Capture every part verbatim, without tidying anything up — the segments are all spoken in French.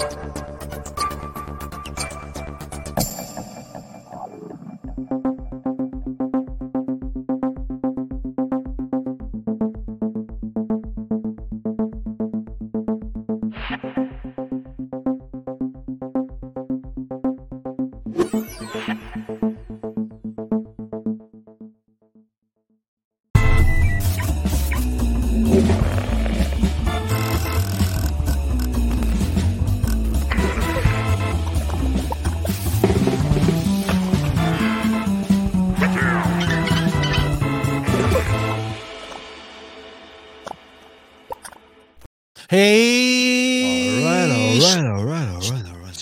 Hey! Alright, alright, alright, alright, alright.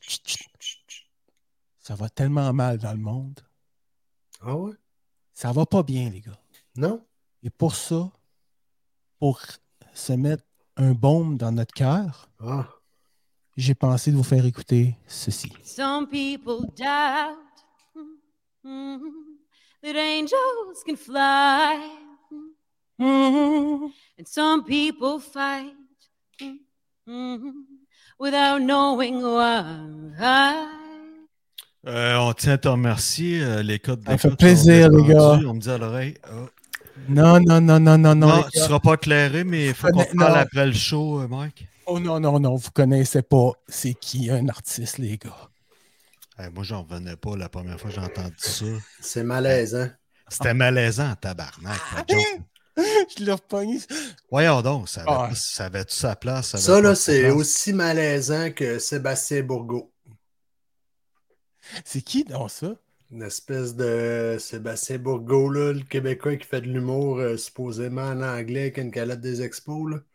Ça va tellement mal dans le monde. Ah ouais? Ça va pas bien, les gars. Non? Et pour ça, pour se mettre un baume dans notre cœur, Ah. j'ai pensé de vous faire écouter ceci. Some people doubt mm, that angels can fly. Mm, and some people fight mm, without knowing why. Euh, on tient à te remercier. Euh, les codes Ça fait plaisir, les gars. On me dit à l'oreille. Oh. Non, non, non, non, non, non. Non, les tu gars. ne seras pas éclairé, mais il faut qu'on connais- te parle non. après le show, euh, Mike. Oh non, non, non, vous connaissez pas c'est qui un artiste, les gars. Hey, moi, j'en revenais pas la première fois que j'ai entendu ça. C'est malaisant. C'était malaisant, tabarnak. la joke. Je l'ai repogné. Voyons donc, ça avait, Ah. ça avait-tu sa place? Ça, avait Ça, pas là, sa c'est place? aussi malaisant que Sébastien Bourgault. C'est qui dans ça? Une espèce de Sébastien Bourgault, là, le Québécois qui fait de l'humour euh, supposément en anglais avec une calotte des expos. Là.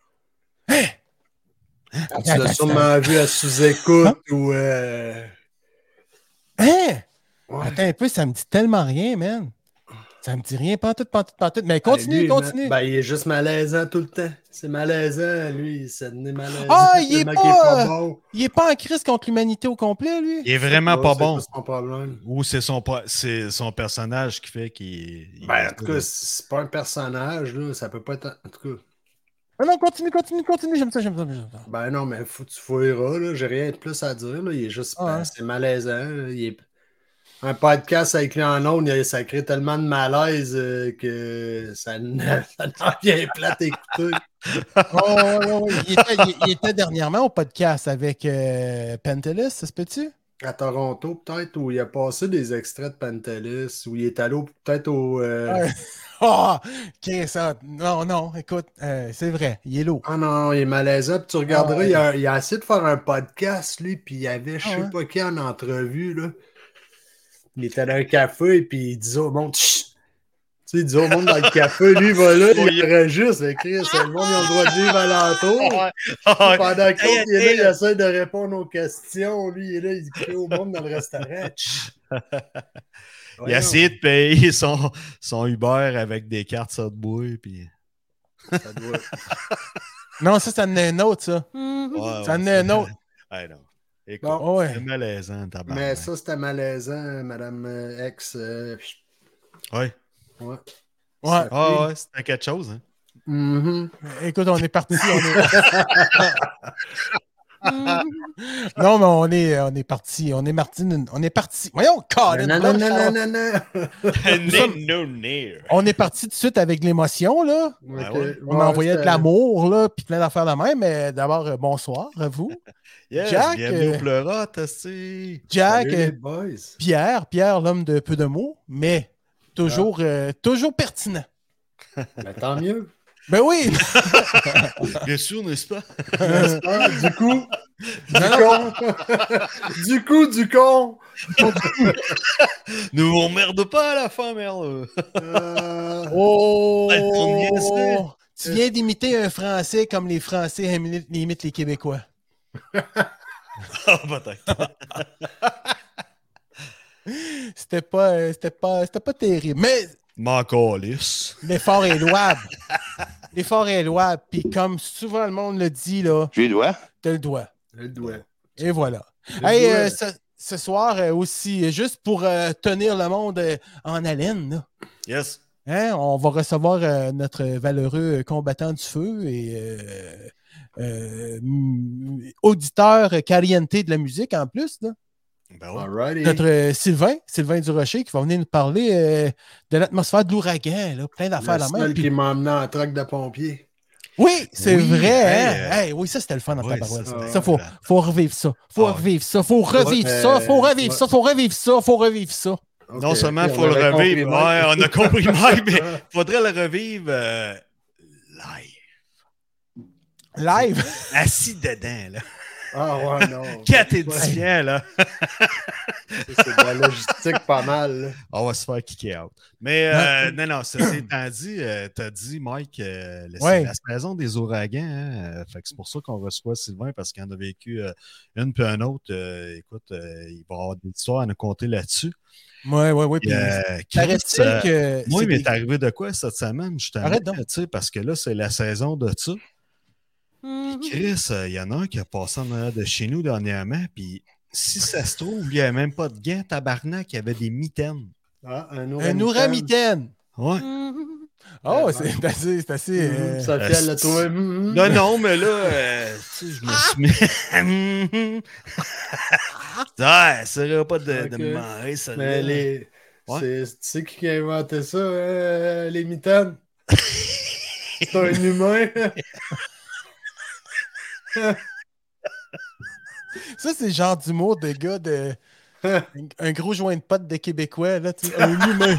Tu l'as sûrement vu à sous-écoute ou... Euh... Hein? Ouais. Attends un peu, ça me dit tellement rien, man. Ça me dit rien, pas tout, pas tout, pas tout. Mais continue, Ben, lui, continue. Ben, il est juste malaisant tout le temps. C'est malaisant, lui. C'est malaisant. Ah, il est tellement pas, qu'il est euh, bon. Il est pas en crise contre l'humanité au complet, lui. Il est vraiment Ouais, pas c'est bon. son problème. Ou c'est son, po- c'est son personnage qui fait qu'il... il- Ben, en tout cas, c'est pas un personnage, là. Ça peut pas être... En tout cas... Ah non, continue, continue, continue. J'aime ça, j'aime ça, j'aime ça. Ben non, mais faut, tu fouilleras, là. J'ai rien de plus à dire, là. Il est juste... Ah, ben, hein. c'est malaisant. Là. Il est... Un podcast avec lui en ondes, il- ça crée tellement de malaise euh, que ça, n- ça devient plate à écouter. Oh, ouais, ouais, ouais. Il, était, il- il était dernièrement au podcast avec euh, Pentelis, ça se peut-tu? À Toronto, peut-être, où il a passé des extraits de Pantelis, où il est allé au- peut-être au... euh, Ouais. Ah! Ok, ça. Non, non, écoute, euh, c'est vrai, il est lourd. Ah non, il est malaisant. Puis tu regarderas, Ah ouais. il, a, il a essayé de faire un podcast, lui, puis il y avait je Ah sais ouais. pas qui en entrevue, là. Il était dans un café, et puis il disait au monde, chut! Tu sais, il disait au monde dans le café, lui, il va là, il enregistre, écrit, c'est le monde, ils ont le droit de vivre alentour. Puis pendant que l'autre, il est là, il essaie de répondre aux questions. Lui, il est là, il crie au monde dans le restaurant. Chut! Il a essayé de payer son, son Uber avec des cartes Subway, puis... Ça doit... Non, ça, ça en est un autre, ça. Ouais, Ça en ouais, est un c'est- autre. Ah non. Écoute, Bon. Ouais. c'est malaisant, tabarnak. Mais ça, c'était malaisant, Madame euh, X. Euh... Ouais. Ouais. Ouais. Ah ouais, c'était quelque chose, hein. Mm-hmm. Écoute, on est parti. On est... non, mais on est, on est parti. On est parti. On est parti. Voyons, Colin. Non, non, non, non, non, non. No near. On est parti tout de suite avec l'émotion, là. Ouais, Ok. ouais. On Ouais, envoyait de c'était- l'amour, là, puis plein d'affaires de même. Mais d'abord, euh, bonsoir à vous. Yes, Jack, bienvenue euh, au Pleurote, aussi. Jack, Salut, les euh, boys. Pierre, Pierre, l'homme de peu de mots, mais toujours, euh, toujours pertinent. Ben, tant mieux. Ben oui! Bien sûr, n'est-ce pas? N'est-ce pas? Du coup, du Non, con. Du coup, du con. Nous emmerde pas à la fin, merde. Euh, Oh! Pas le temps de niaiser. Tu viens d'imiter un Français comme les Français imi- imitent les Québécois. Ah, peut-être. C'était pas, euh, c'était pas, c'était pas terrible. Mais M'en calisse. l'effort est louable. L'effort est louable. Puis comme souvent le monde le dit, là, J'ai le doigt. t'as le doigt. le doigt. Et voilà. Le Hey, doigt. euh, ce, ce soir euh, aussi, euh, juste pour euh, tenir le monde euh, en haleine, là, Yes. hein, on va recevoir euh, notre valeureux combattant du feu et euh, euh, m- auditeur caliente de la musique en plus. Là. Ben ouais. Alrighty. Notre euh, Sylvain, Sylvain Durocher, qui va venir nous parler euh, de l'atmosphère de l'ouragan, là, plein d'affaires à Le la main. seul Puis- qui m'a emmené en truck de pompier. Oui, c'est Oui, vrai. hey, hein? euh, Hey, oui, ça, c'était le fun dans ouais, ta barouette. ça, Ça, c'est ça faut, excellent. faut revivre ça. Faut Ah, revivre ça. Faut revivre Ouais, ça. Faut euh, revivre ouais. ça. Faut revivre ça. Faut revivre ça. Non Ok, seulement il ok, faut on le avait revivre, compris, ouais, Mike. on a compris Mike, mais il faudrait le revivre euh, live. Live. Assis dedans, là. Ah ouais, non. Quatre édifiants, là. Ça, c'est de la logistique pas mal. Là. On va se faire kicker out. Mais euh, non, non, ceci étant dit, euh, t'as dit, Mike, euh, c'est Ouais. la saison des ouragans. Hein, euh, fait que c'est pour ça qu'on reçoit Sylvain, parce qu'il en a vécu euh, une puis un autre. Euh, écoute, euh, il va y avoir des histoires à nous compter là-dessus. Ouais, ouais, ouais. Puis, Euh, paraît-il Chris, euh, que. moi, c'est il m'est des- arrivé de quoi cette semaine, justement? Arrête donc. Tu sais, parce que là, c'est la saison de ça. Mhm. Chris, euh, il y en a un qui a passé en arrière de chez nous dernièrement, puis si ça se trouve, il n'y avait même pas de gants, tabarnak, il y avait des mitaines. Ah, un Un ouragan. ouramitaine. Ouais. Mhm. Oh, Ouais, c'est assez. C'est assez euh, Mhm, Sophie, elle l'a trouvé. Mhm. Non, non, mais là, euh, tu sais, je me suis mis. Ah, ça serait pas de, de Ok. me marrer, ça. Mais les... Ouais. c'est... tu sais qui a inventé ça, euh, les mitaines? C'est un humain. Ça, c'est le genre d'humour de gars de. Un, un gros joint de potes de Québécois, là, tu sais, un humain.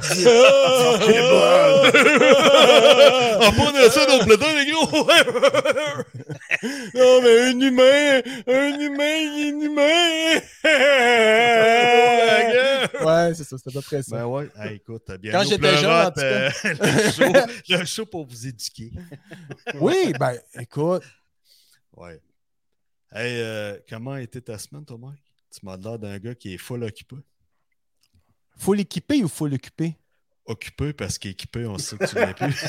On prend ça dans le plateau, les gros! Non, mais un humain, un humain, il est humain! Ouais, c'est ça, c'est à peu près ça. Ben ouais, hey, écoute, bien Quand j'étais jeune, en tout euh, le, show, le show pour vous éduquer. Oui, ben, écoute, Ouais. Hey, euh, comment a été ta semaine, toi, Mike? Tu m'as l'air d'un gars qui est full occupé. faut l'équiper ou faut l'occuper? Occupé parce qu'équipé, on sait que tu viens plus.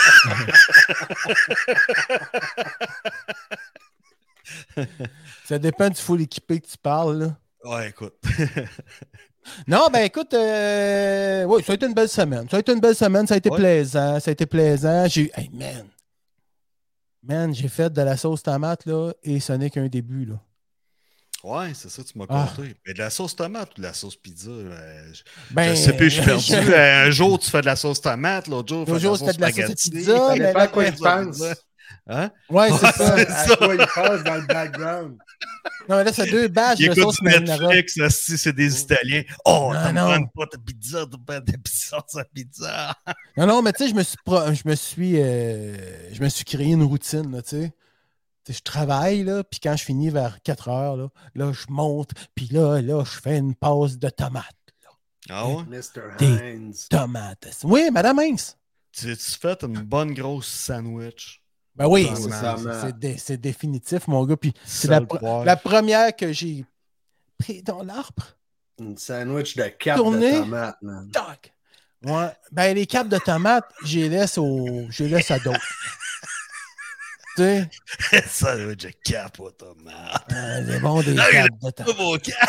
Ça dépend du faut l'équiper que tu parles, là. Ouais, écoute. Non, ben écoute, euh, oui, ça a été une belle semaine. Ça a été une belle semaine, ça a été Ouais. plaisant. Ça a été plaisant. J'ai eu. Hey, man! Man, j'ai fait de la sauce tomate, là, et ce n'est qu'un début, là. Ouais, c'est ça, tu m'as Ah. compté. Mais de la sauce tomate ou de la sauce pizza? euh, je, Ben, je sais plus, je suis perdu. je- Euh, un jour, tu fais de la sauce tomate, l'autre jour, tu L'autre fais de jour, la sauce c'était de la sauce spaghetti. pizza, Ça mais dépend là, à quoi il pense. Hein? Ouais, c'est ça. c'est À ça. quoi il pense dans le background. Non, mais là, c'est deux batchs Il de écoute sauce du marinara. Netflix, là, si c'est des Italiens. Oh, Non, t'as me non. prendre pas ta pizza, t'as pas ta pizza, sa pizza. Non, non, mais tu sais, je me suis, pro- je me suis, euh, je me suis créé une routine, là, tu sais. Tu sais, je travaille, là, puis quand je finis vers quatre heures, là, là, je monte, puis là, là, je fais une pause de tomates. là. Ah ouais? mister Des- Hines. Tomates. Oui, Madame Heinz. Tu tu fais une bonne grosse sandwich. Ben oui, Ah, c'est- ça c'est- marche. c'est dé- c'est définitif, mon gars. Puis c'est Sale la, pre- poivre. la première que j'ai pris dans l'arbre. Une sandwich de cap Tourné. de tomates, man. Tac. Ouais. Ben, les capes de tomates, je les laisse, au... je les laisse à d'autres. Tu sais, Sandwich de cap aux tomates. euh, c'est bon des Ah, il capes de Pas tomates. mon cap.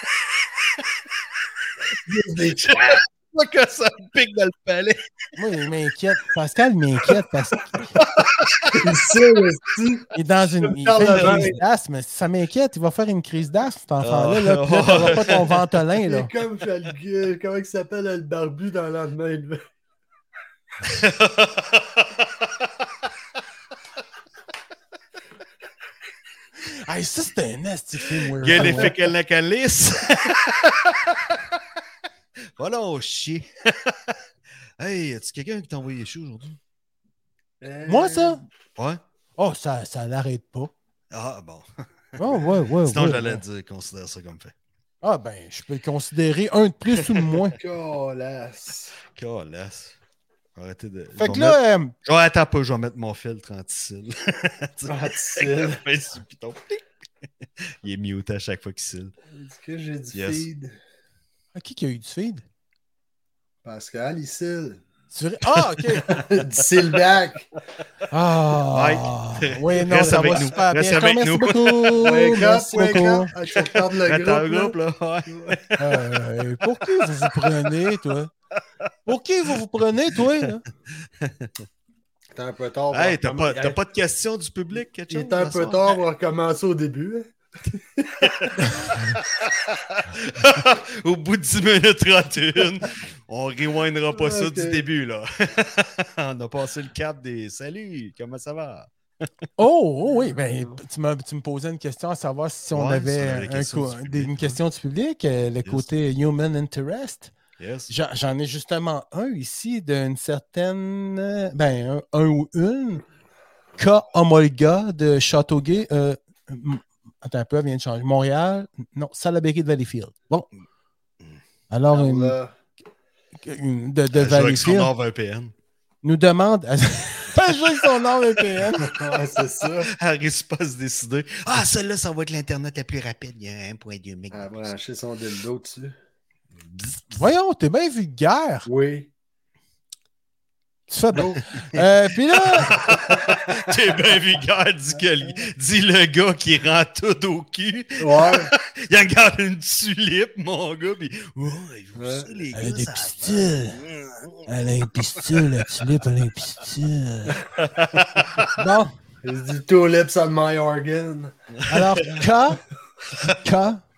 Pas que ça me pique dans le palais. Moi, il m'inquiète. Pascal m'inquiète parce qu'il Il sait, aussi. est dans une, il parle fait de une crise vin. d'asthme. Ça m'inquiète. Il va faire une crise d'asthme, cet enfant-là. Ah. Là, puis là, t'auras pas ton ventolin. Il Là. est comme le- comment il s'appelle le barbu dans le lendemain de veille. Hey, ça, c'était un nasty film. weird. Galifécalacalis. Voilà, oh chier. Hey, as-tu quelqu'un qui t'a envoyé chier aujourd'hui? Moi, ça? Ouais. Oh, ça, ça l'arrête pas. Ah, bon. Oh, ouais, ouais. Sinon, ouais, j'allais ouais. dire, considère ça comme fait. Ah, ben, je peux le considérer un de plus ou de moins. Colasse. Calasse. Arrêtez de. Fait je que vais mettre- là, euh, Je vais attends pas, je vais mettre mon filtre anti-cils. Anti-cils. Il est muté à chaque fois qu'il cille. Est-ce que j'ai du Yes. feed? à qui qui a eu du feed? Pascal, il cille. Tu vrai- Ah, OK. Du cillback. Ah, Mike, oui, non, reste ça avec va nous. super Reste bien. avec Merci nous. beaucoup. Wake up, Merci wake beaucoup. up. Ah, tu regardes le Attends, groupe, le là. groupe, là. Ouais. Euh, pour qui vous vous prenez, toi? Pour qui vous vous prenez, toi? Là? T'es un peu tard. Hey, t'as pas, t'as pas de questions du public? Il est un peu tard, on va recommencer au début. Hein? Au bout de dix minutes trente et un, on rewindera pas ça okay. du début, là. On a passé le cap des « Salut, comment ça va? » Oh, oh oui, ben, tu, tu me posais une question à savoir si on ouais, avait un, question un, public, une question du public, euh, le yes. côté Human Interest. Yes. J'en ai justement un ici d'une certaine, ben, un, un ou une, K. Omolga de Châteauguay. Euh, attends un peu, elle vient de changer. Montréal, non, Salaberry de Valleyfield. Bon. Alors, Alors une, là, une de, de Valleyfield V P N. nous demande... Pas jouer son nom V P N. Ouais, c'est ça. Elle risque pas de se décider. Ah, celle-là, ça va être l'Internet la plus rapide. Il y a un virgule deux mégas. Elle a branché son dildo dessus. Voyons, t'es bien vulgaire. Oui. Tu fais beau. euh, Puis là... T'es bien vulgaire, dit, que, dit le gars qui rend tout au cul. Ouais. Il regarde une tulipe, mon gars, puis... Oh, ouais. ça, les elle gars, a des pistules. Elle a un pistule, la tulipe, elle a un pistule. Bon. Il se dit two lips on my organ. Alors, K... K...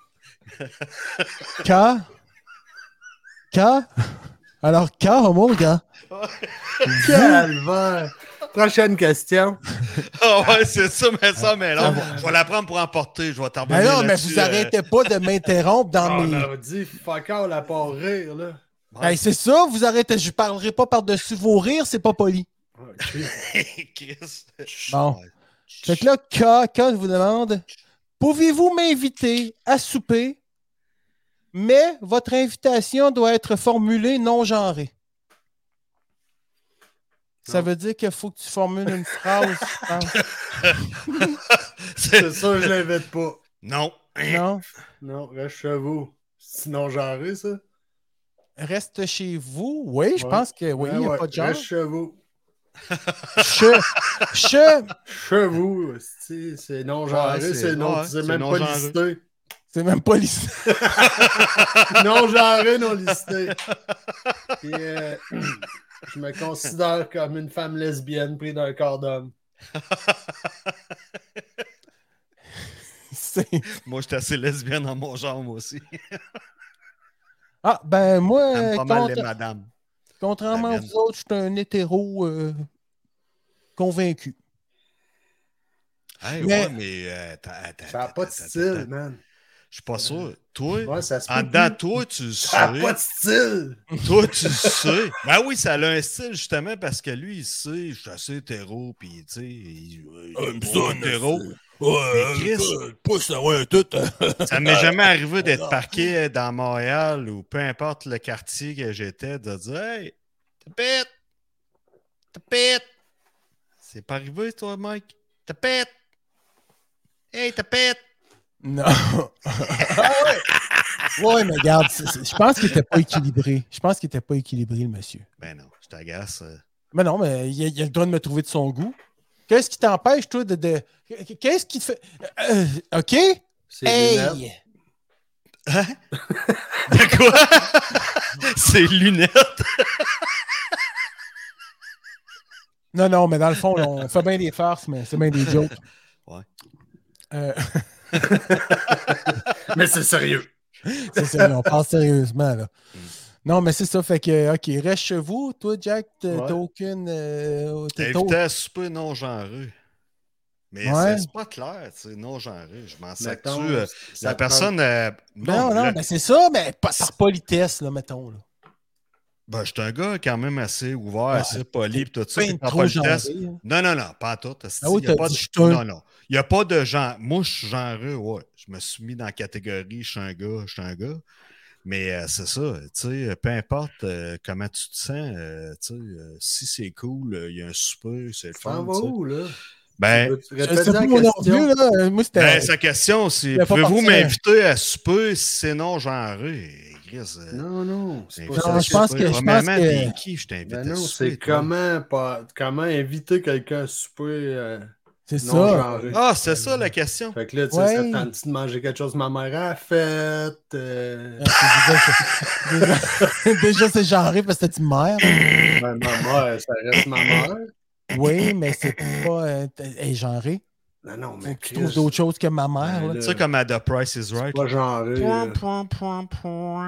K... K... Alors, K, homo, gars. Calvaire. Prochaine question. Ah oh ouais, c'est ça, mais ça, mais là, je vais la prendre pour emporter. Je vais t'en Ben non, mais vous euh... arrêtez pas de m'interrompre dans oh, mes... On a dit, fuck all, à part rire, là. Ouais. Ben, c'est ça, vous arrêtez. Je parlerai pas par-dessus vos rires, c'est pas poli. Okay. Chris. Bon. Fait que là, K, K vous demande, pouvez-vous m'inviter à souper, mais votre invitation doit être formulée non genrée. Ça non. veut dire qu'il faut que tu formules une phrase, je pense. C'est ça, je l'invite pas. Non. Non. Non, reste chez vous. Sinon genré, ça? Reste chez vous? Oui, ouais. je pense que oui, il ouais, n'y a ouais. pas de genre. Reste chez vous. Che. Che. Chez vous, c'est non genré, ouais, c'est non, ouais, c'est même pas genré. Listé. C'est même pas listé. Non genré, non listé. Puis, euh, je me considère comme une femme lesbienne prise d'un corps d'homme. Moi, je suis assez lesbienne dans mon genre, moi aussi. Ah, ben moi, pas contre... mal les madames. Contrairement aux autres, je suis un hétéro euh, convaincu. Hey, mais, ouais, mais euh, t'as, t'as, ça n'a pas de style, man. Je suis pas sûr. Toi, ouais, ça se en dedans, toi, tu sais. Ça n'a pas de style. Toi, tu sais. Ben oui, ça a un style, justement, parce que lui, il sait, je suis assez hétéro, puis tu sais, il est hétéro. Ouais, Chris, pousse, ouais, tout. Ça m'est jamais arrivé d'être parqué dans Montréal ou peu importe le quartier que j'étais, de dire Hey, tapette! Tapette! C'est pas arrivé, toi, Mike? Tapette! Hey, tapette! Non. Ah ouais. Ouais, mais regarde, c'est, c'est, je pense qu'il était pas équilibré. Je pense qu'il était pas équilibré, le monsieur. Ben non, je t'agace. Euh... Ben non, mais il a, il a le droit de me trouver de son goût. Qu'est-ce qui t'empêche, toi, de... de... Qu'est-ce qui te fait... Euh, OK? C'est hey! Hein? De quoi? C'est lunettes. Non, non, mais dans le fond, là, on fait bien des farces, mais c'est bien des jokes. Ouais. Euh... mais c'est sérieux. C'est sérieux, on parle sérieusement, là. Mm. Non, mais c'est ça, fait que, OK, reste chez vous. Toi, Jack, t'as, ouais. t'as aucune... Euh, t'as invité à souper non-genré. Mais ouais. c'est, c'est pas clair, tu sais, non-genré. Je m'en sers dessus. Euh, la personne... Euh, non, non, non ben c'est ça, mais par, par politesse, là, mettons, là. Ben, je suis un gars quand même assez ouvert, ah, assez poli, tout ça. Pas trop politesse. Genré, hein? Non, non, non, pas tout. Ah oui, y a pas dit, de... Non, non. Il n'y a pas de genre... Moi, je suis genré, ouais. Je me suis mis dans la catégorie, je suis un gars, je suis un gars. Mais euh, c'est ça, tu sais, peu importe euh, comment tu te sens, euh, tu sais, euh, si c'est cool, il euh, y a un souper, c'est le fun. Ça va où, là? Ben, tu veux, tu c'est pas mon envie, là. Moi, c'était... Ben, sa question, c'est pouvez-vous m'inviter à souper si c'est non genré? Chris, euh, non, non, c'est pas non, ça. Je pense que. Je pense que... qui je t'invite ben à non, souper? C'est comment, pas, comment inviter quelqu'un à souper. Euh... C'est ça. Genré. Ah, c'est ça la question. Fait que là, tu ouais. sais, ça tente de manger quelque chose que ma mère a fait. Euh... déjà, déjà, c'est genré parce que c'est une mère. Ben, ma mère, ça reste ma mère. Oui, mais c'est pas... Euh, elle est genrée. Non, non, Faut mais que tu trouves d'autres choses que ma mère. Ben, Là. là, Tu sais, comme à The Price is c'est Right. pas genré. Point, là. point, point, point.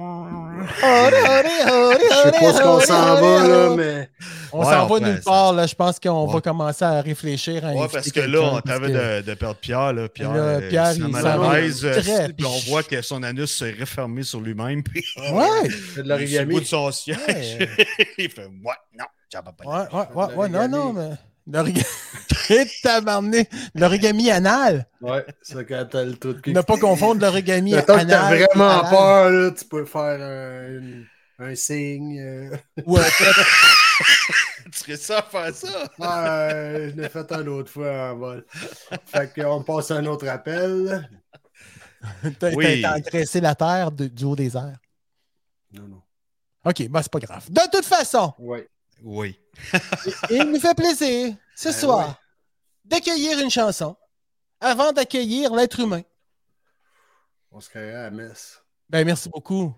Je sais pas ce qu'on s'en va, là, mais... On Ouais, s'en on va peut, nulle ça. part. Là. Je pense qu'on Ouais. va commencer à réfléchir à Ouais, inviter parce que quelqu'un, là, on parce t'avait que- de, de perdre Pierre. Là. Pierre, Là, euh, Pierre, il il s'est s'en mal à va l'aise. très, euh, Puis on puis- voit que son anus s'est refermé sur lui-même. Puis Ouais! C'est de il est sur le bout l'origami. de son siège. Ouais. Il fait ouais, non, j'en peux pas. Ouais, ouais, de ouais, ouais, non, l'origami. non, mais. L'origami. Tabarné. L'origami anal. Ouais, c'est quand t'as le truc de Ne pas confondre l'origami Mettons que t'as anal. vraiment anal. peur, là, tu peux faire un, une- un signe. euh. Ouais, fait- Tu serais ça à faire ça? Ouais, je l'ai fait un autre fois en vol. Fait qu'on passe à un autre appel. t'as Oui. t'as engraissé la terre de- du haut des airs. Non, non. OK, ben c'est pas grave. De toute façon, Ouais. Oui. il nous fait plaisir, ce Ben soir, ouais. d'accueillir une chanson avant d'accueillir l'être humain. On se créera à la messe. Ben, merci beaucoup.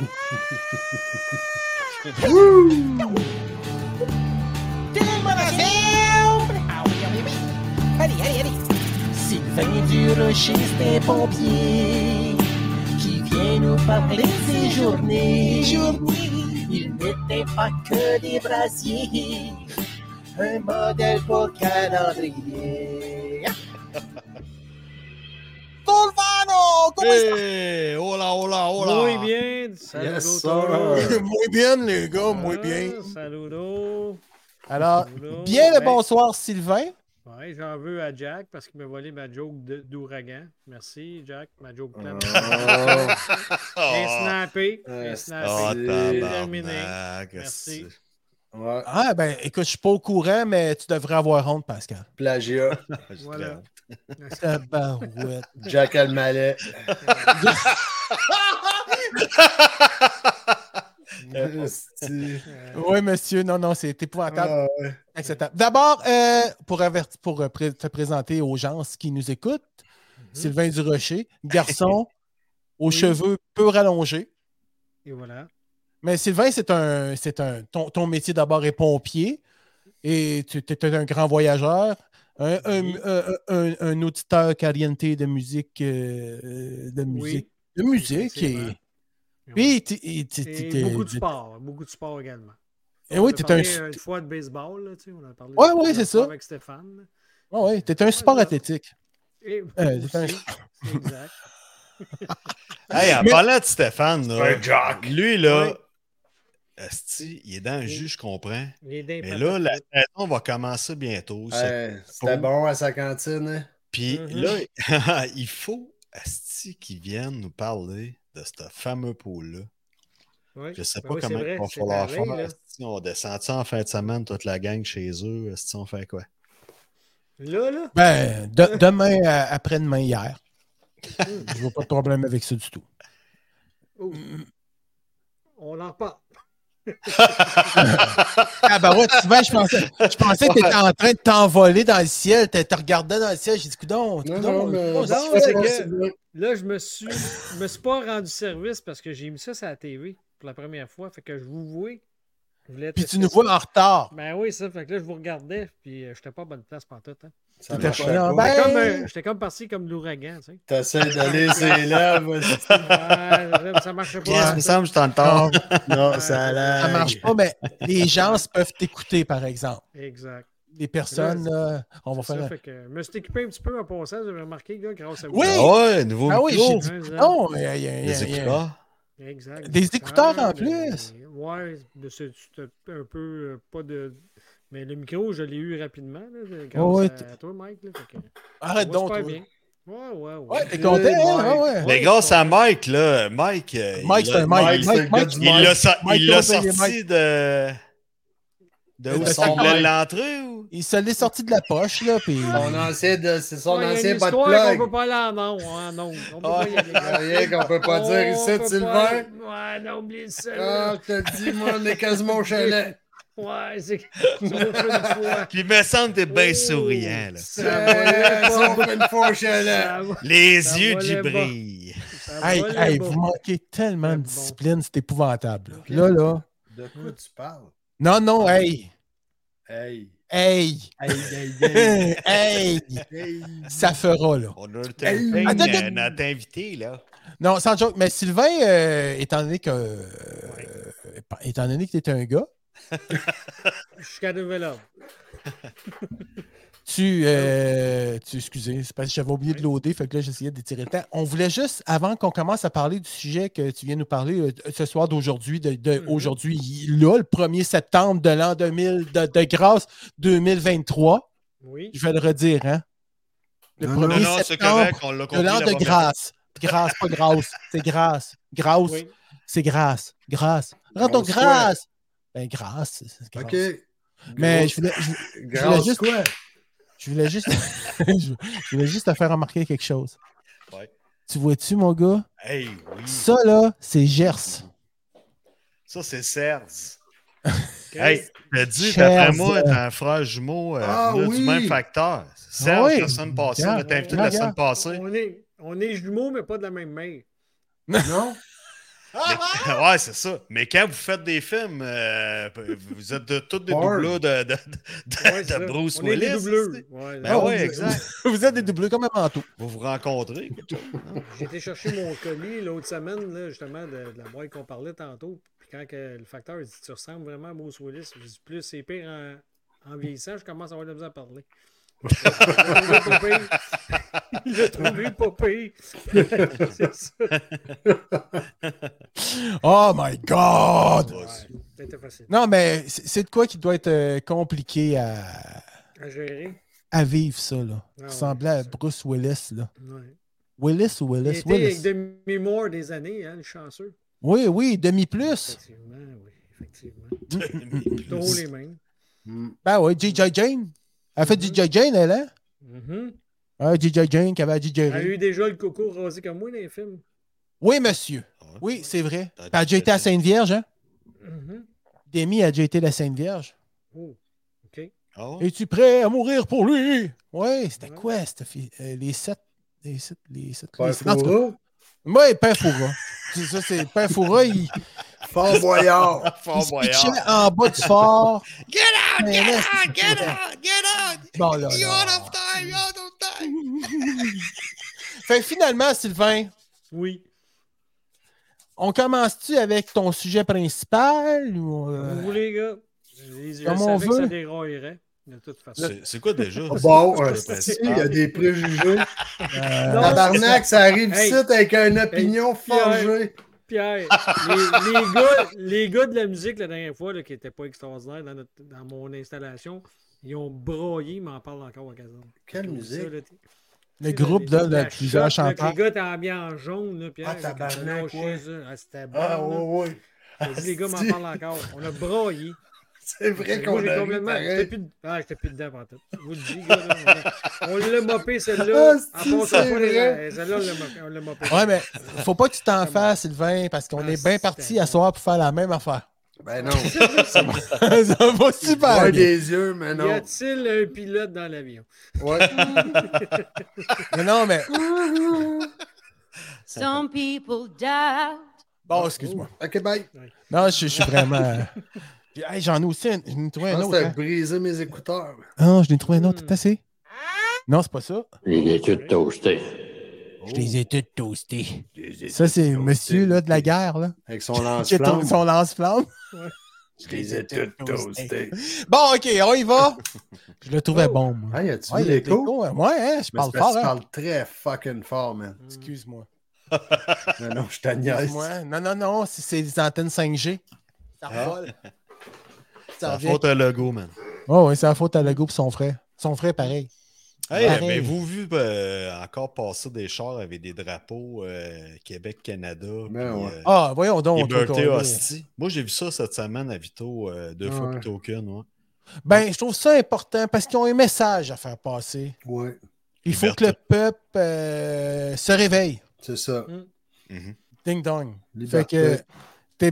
Sylvain Durocher, c'est un pompier qui vient nous parler de ses journées. Il n'était pas que des brasiers, un modèle pour calendrier. Solvano, comment Hey, hola, hola, hola. Muy bien. Saludos Yes, todos. sir. Muy bien, les gars, muy Ah, bien. Saludos. Alors, Saludos. bien le Ben, bonsoir, Sylvain. Ouais, j'en veux à Jack parce qu'il m'a volé ma joke de- d'ouragan. Merci, Jack. Ma joke pleine. Oh. Bien Oh, snappé. Euh, Bien oh snappé. c'est- terminé. tabarnak. Merci. Ouais, Ah, ben, écoute, je suis pas au courant, mais tu devrais avoir honte, Pascal. plagiat. Voilà. Tabarouette. Jack Almalet. Esti. Oui, monsieur, non, non, c'est épouvantable. Ah, ouais. Acceptable. D'abord, euh, pour, averti- pour euh, pré- te présenter aux gens qui nous écoutent, Sylvain Durocher, garçon aux Oui. cheveux peu rallongés. Et voilà. Mais Sylvain, c'est un, c'est un, ton, ton métier d'abord est pompier et tu es un grand voyageur, un, un- Oui. un- un- un auditeur caliente de musique, euh, de musique, de musique et, effectivement. puis t'es- t'es- t'es- Et t'es- beaucoup de sport. Beaucoup de sport également. Et On oui, a t'es parlé un- une fois de baseball. Là, tu sais, on a parlé Ouais, de- ouais, de c'est sport ça. avec Stéphane. Oh, ouais, t'es un sport Ouais, athlétique. Et Euh, aussi, c'est un- c'est exact. Hey, en Mais- parlant de Stéphane, là, un jock. lui, là, Ouais. esti, il est dans le jus, je comprends. Il est d'un Mais papa là, la de- saison va commencer bientôt. c'est- Ouais, c'était Faut- bon à sa cantine. Hein? Puis Mhm. là, il faut, esti, qu'ils viennent nous parler de ce fameux pôle-là. Oui. Je sais Ben pas oui, comment c'est vrai, il va c'est falloir pareil, faire. là. esti, on descend ça en fin de semaine, toute la gang chez eux. Esti, on fait quoi? Là, là, Ben, de- demain, euh, après-demain, hier. Je vois pas de problème avec ça du tout. oh, on en reparle. Ah ben ouais, souvent, je pensais, je pensais que tu étais en train de t'envoler dans le ciel. Tu te regardais dans le ciel. J'ai dit, coudonc, Non, coudonc, non, mais coudonc, non, c'est- c'est c'est- que- c'est vrai. Là, je me suis, je me suis pas rendu service parce que j'ai mis ça sur la T V pour la première fois. Fait que je vous vois. Je voulais Puis tester tu nous ça. vois en retard. Ben oui, ça. Fait que là, je vous regardais. Puis euh, j'étais pas à bonne place pendant tout. Hein. Ça T'étais marchait pas là. pas. Ben- J'étais comme, euh, j'étais comme parti comme l'ouragan, tu sais. T'essaies d'aller ses lèvres. esti. Ouais, ça marchait Chris, pas. il me semble que je t'entends. Non, Non, Ouais, ça a ça l'air. ça marche pas, mais les gens peuvent t'écouter, par exemple. Exact. Les personnes, là, on va Ça faire. un- fait que je me suis équipé un petit peu en passant, vous avez remarqué, là, grâce à vous. Oui! Ah ouais, nouveau Ah oui, micro. j'ai dit, Hein, non, il y a- il y a- il y a- Les il y a- écouteurs. Exact. Des écouteurs en mais- plus. Ouais, mais c'est c'est un peu euh, pas de. Mais le micro, je l'ai eu rapidement, là, de- grâce Ouais, à toi, Mike. Là, fait que, Arrête ça va donc, super toi. bien. Ouais, ouais, ouais. Ouais, t'es content, hein? Ouais, ouais. Mais grâce à Mike, là, Mike. euh, Mike, il c'est l'a- un Mike. Mike, c'est le Mike, gars Mike, du Il l'a so- Mike il l'a Lopez et sorti Mike. de. De où De son son voulait Mike. l'entrer ou? il se l'est sorti de la poche, là, puis... Son ancien, de- c'est son Ouais, il y a ancien une pas de histoire qu'on plug. peut pas aller en ondes, en ondes. On peut pas y aller. Il y a rien qu'on peut pas dire On ici, peut pas Sylvain. aller- Ouais, non, oublie ça. Ah, là. je te dis, moi, on est quasiment au chalet. Ouais, c'est c'est une fois. Puis il me semble que t'es bien Oh, souriant, là. Ça volait Euh, pas. Ça, on fait une fois au chalet. Ça va- Les Ça yeux volait du bas. brille. ça Hey, volait hey, bas. vous manquez tellement de Bon. discipline, c'est épouvantable. Là, là. là. De quoi tu parles? Non, non, hey. Hey, Hey! Hey, hey, hey. Hey! Hey. Ça fera, là. On a notre, Hey. euh, Attends, attends. notre invité, là. Non, sans joke, mais Sylvain, euh, étant donné que euh, étant donné que tu es un gars, Jusqu'à nouvel ordre. tu, euh, tu excusez, c'est parce que j'avais oublié de loader, fait que là, j'essayais d'étirer le temps. On voulait juste, avant qu'on commence à parler du sujet que tu viens nous parler euh, ce soir d'aujourd'hui, de, de Mhm. aujourd'hui, là, le premier septembre de l'an deux mille, de, de grâce deux mille vingt-trois, Oui. je vais le redire, hein? Le Non, Non, premier non, c'est septembre correct, on l'a de compris. l'an la de première grâce. Grâce, pas grâce, c'est grâce. Grâce, Oui. c'est grâce. Grâce. Rends-toi Grosse quoi? grâce. Ben, grâce, c'est c'est grâce. OK. Mais Grosse- je voulais, je, je voulais Grâce juste, quoi? je voulais juste, je je voulais juste te faire remarquer quelque chose. Ouais. Tu vois-tu, mon gars? Hey, oui. Ça, là, c'est Gers. Ça, c'est Serge. Chris, Hey, je te dis, Cher d'après moi, Serge. t'as un frère jumeau euh, Ah venait oui. du même facteur. Serge, Oui. la semaine passée, on Regarde, a été invité la regarde. semaine passée. on est, on est jumeaux, mais pas de la même mère. Non? Mais- ouais, c'est ça. Mais quand vous faites des films, euh, vous êtes de, tous des Porn. doubleurs de, de, de, Ouais, de c'est ça. Bruce on est Willis. des doubleurs. c'est- Ouais, Ben non, ouais, vous- exact. Vous êtes des doubleux comme un manteau. Vous vous rencontrez. quelque chose, hein? J'ai été chercher mon colis l'autre semaine, là, justement, de, de la boîte qu'on parlait tantôt. Puis quand que le facteur il dit tu ressembles vraiment à Bruce Willis, je dis plus c'est pire en, en vieillissant, je commence à avoir de la misère à parler. Il a trouvé pas pire. C'est ça. Oh my God! Ouais, Ouais, c'était facile Non, mais c'est c'est de quoi qui doit être euh, compliqué à, à gérer. à vivre, ça, là. Ah ouais, Ressembler à c'est ça. Bruce Willis, là. Ouais. Willis ou Il Willis? était avec Willis. de mémoire des années, hein, le chanceux. Oui, oui, demi-plus. Effectivement, oui, effectivement. Trop les mêmes. Hmm. Ben oui, J J Jane. Elle a fait Mhm. J J Jane, elle, hein? Mhm. Ah, J J Jane qui avait à J J Elle a Ray. eu déjà le coco rasé comme moi dans les films. Oui, monsieur. Ouais. Oui, c'est vrai. T'as Puis elle a déjà dit été à que- Sainte-Vierge, hein? Mhm. Demi a déjà été la Sainte-Vierge. Oh, OK. Ah ouais? Es-tu prêt à mourir pour lui? Oui, c'était Ouais. quoi, cette fille? Euh, les sept. Les sept. Les sept. Père les sept- en tout cas, Foura? oui, Père Foura. C'est ça, c'est Père Foura, il, Fort Boyard. il Fort se Boyard. pitchait en bas du fort. Get out, Mais get là, out, c'est- get out, get out! Bon, là, You're là. out of time, you're out of time! Fait que finalement, Sylvain, Oui. on commence-tu avec ton sujet principal ou. euh, Vous voulez, gars? Je, je Comme savais on que veut. ça déraillerait, de toute façon. C'est c'est quoi déjà? Bon, C'est euh, le si, principal. il y a des préjugés. euh, Non, Tabarnak, ça arrive Hey. ici avec une opinion Hey, forgée. Pierre, les, les gars, les gars de la musique la dernière fois, là, qui n'étaient pas extraordinaires dans, notre- dans mon installation, ils ont broyé, ils m'en parlent encore à caserne. Quelle Je trouve musique? ça, là, t- le tu sais, groupe les- là, de la plusieurs shot, là, que chanteurs. Les gars étaient habillés en jaune, là, Pierre. Ah, là, quand tabarnak, on a lâché ouais. ça. Ah, c'était bon. Ah, là. oui, oui. J'ai dit, les gars m'en Si. parlent encore. On a broyé. C'est vrai Moi, qu'on j'ai a ri complètement. J'étais pareil. plus, de- ah, j'étais plus dedans, pantoute. Je vous le dis, gars. Là, on, on l'a mopé, celle-là. Ah, En si, passant c'est pas les- vrai. Celle-là, on l'a mopé. On l'a mopé. Ouais, mais faut pas que tu t'en fasses, Sylvain, parce qu'on Ah, est bien c'était parti à bon. soir pour faire la même affaire. Ben non. Ça va super Ouais, bien. des yeux, mais Y non. a-t-il un pilote dans l'avion? Ouais. Mais non, mais. Some people doubt. Bon, excuse-moi. OK, bye. Non, je, je suis vraiment. Puis, hey, j'en ai aussi un. J'en ai trouvé Je un pense autre. que t'as hein. brisé mes écouteurs. Ah non, je l'ai trouvé un autre. Hmm. T'as assez? Non, c'est pas ça. Il est tout toasté. Je les ai toutes toastés. Ça, c'est monsieur là, de la guerre. Là. Avec son Qui a lance-flamme. son lance-flamme. Je les ai toutes toastés. Bon, OK, on y va. Je le trouvais Oh. bon, moi. Ah, y a-tu Ouais, vu il y a l'écho? l'écho, hein. Ouais, hein, je Mais parle c'est parce fort. que tu Hein. parles très fucking fort, man. Excuse-moi. Non, non, je t'agnaise. Excuse-moi. Non, non, non, c'est c'est les antennes cinq G. Ça Ah. revole. C'est Ça la revient. faute à Lego, man. Oh, oui, c'est la faute à Lego et son frère. Son frère, pareil. Hey, Pareil. mais vous vu euh, encore passer des chars avec des drapeaux euh, Québec-Canada. Ben puis, ouais. euh, Ah, voyons donc. toi, Liberté toi, Hostie. Moi, j'ai vu ça cette semaine à Vito, euh, deux Ah fois ouais. plutôt qu'une. Ouais. Ben, je trouve ça important parce qu'ils ont un message à faire passer. Ouais, Il faut que le Liberté. peuple euh, se réveille. c'est ça. Mhm. Ding dong. Liberté. Fait que t'es.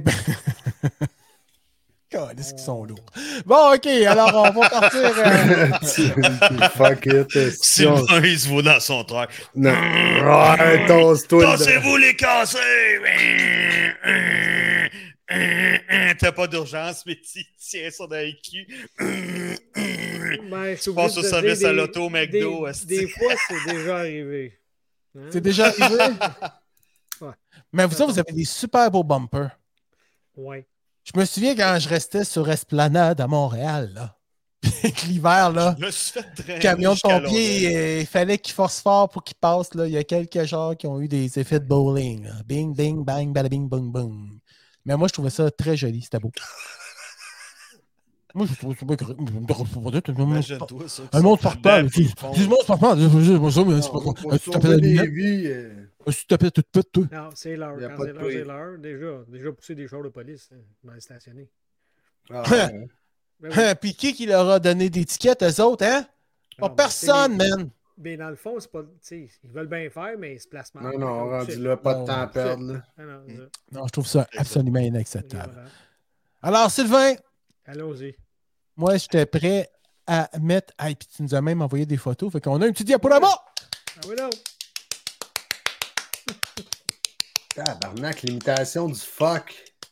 God, est-ce qu'ils sont lourds? Bon, OK, alors on va partir. euh, Fuck it. Si on... Sylvain, il se vaut dans son truc. Non. Ouais, tosse-toi. le- Cassez-vous les cassés! T'as pas d'urgence, mais tu tiens ça dans le cul. Ben, je suis Tu passes obligé au de te service dire à des- l'auto McDo. Des, esti. des fois, c'est déjà arrivé. Hein? C'est déjà arrivé? Ouais. Mais vous autres, vous avez des super beaux bumpers. Ouais. Je me souviens quand je restais sur Esplanade à Montréal, là. Puis que l'hiver, là, Je me suis fait traîner le camion de jusqu'à pompiers, Longueuil. euh, il fallait qu'il force fort pour qu'il passe. Là. Il y a quelques genres qui ont eu des effets de bowling. Là. Bing, bing, bang, bada bing, boom, boom. Mais moi, je trouvais ça très joli. C'était beau. Moi, je trouvais ça bien correct. Imagine-toi ça. Un monde part pas. Puis Dis-moi, c'est pas mal. Dis-moi ça, mais c'est pas Non, grave. pour Tu t'appelles sauver la des lunette. vies, euh, Tu t'appelles toute pute, toi. Non, c'est l'heure. Y a Quand pas c'est de l'heure, prix. c'est l'heure. Déjà, déjà pousser des chars de police hein, mal stationnés. ah, ouais. Ben oui. Puis qui qui leur a donné des tickets, eux autres, hein? Pas Non, mais personne, c'est les- man. Mais dans le fond, c'est pas. Tu sais, ils veulent bien faire, mais ils se placent mal. Non, non, Comme rendu ça. là, pas de Non, temps à ouais. perdre. Là. Ah non, c'est ça. Non, je trouve ça absolument Et inacceptable. voilà. Alors, Sylvain, Allons-y. moi, j'étais prêt à mettre. Ah, puis tu nous as même envoyé des photos. Fait qu'on a un petit diaporama. Ah oui, non. Tabarnak, l'imitation du fuck.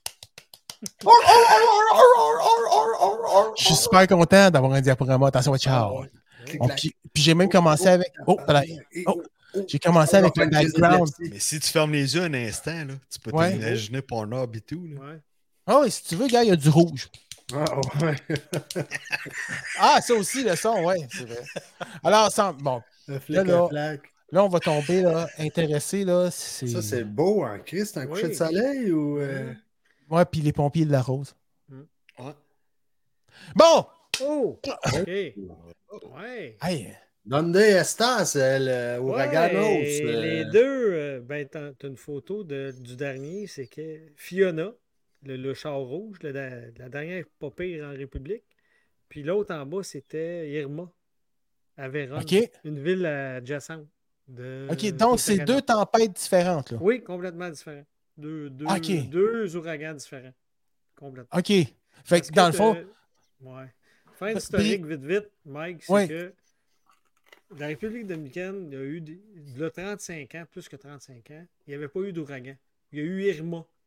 Je suis super content d'avoir un diaporama. Attention, ciao. Ouais. On- puis puis j'ai même commencé avec. Oh, voilà. Oh, j'ai commencé avec le background. Mais si tu fermes les yeux un instant, là, tu peux Ouais. t'imaginer Pornhub et tout. Là. Ouais. Ah oui, si tu veux, gars, il y a du rouge. Ah, ouais. Ah, ça aussi, le son, ouais, c'est vrai. Alors, ça, bon, Le flic Là, là. à flac. là, on va tomber, là, intéressé, là. C'est... Ça, c'est beau, hein, Chris? C'est un coucher Oui. de soleil ou. euh, Ouais, puis les pompiers de la rose. Ouais. Bon! Oh! OK. Ouais. Hey, Donde estas, el Uraganos? Ouais, euh, les deux, euh, ben, t'as t'as une photo de- du dernier, c'est que Fiona, le, le char rouge, le da- la dernière pas pire en République. Puis l'autre en bas, c'était Irma, à Vérone, OK. une ville adjacente. De OK, donc c'est Punta Cana. deux tempêtes différentes, là. Oui, complètement différents. Deux, deux, OK. deux ouragans différents. Complètement. OK. Fait Parce que, dans le t'as- fond, Ouais. Fin Puis- historique, vite, vite, Mike, c'est Ouais. que la République dominicaine, il y a eu des- là, trente-cinq ans, plus que trente-cinq ans, il n'y avait pas eu d'ouragan. Il y a eu Irma. OK.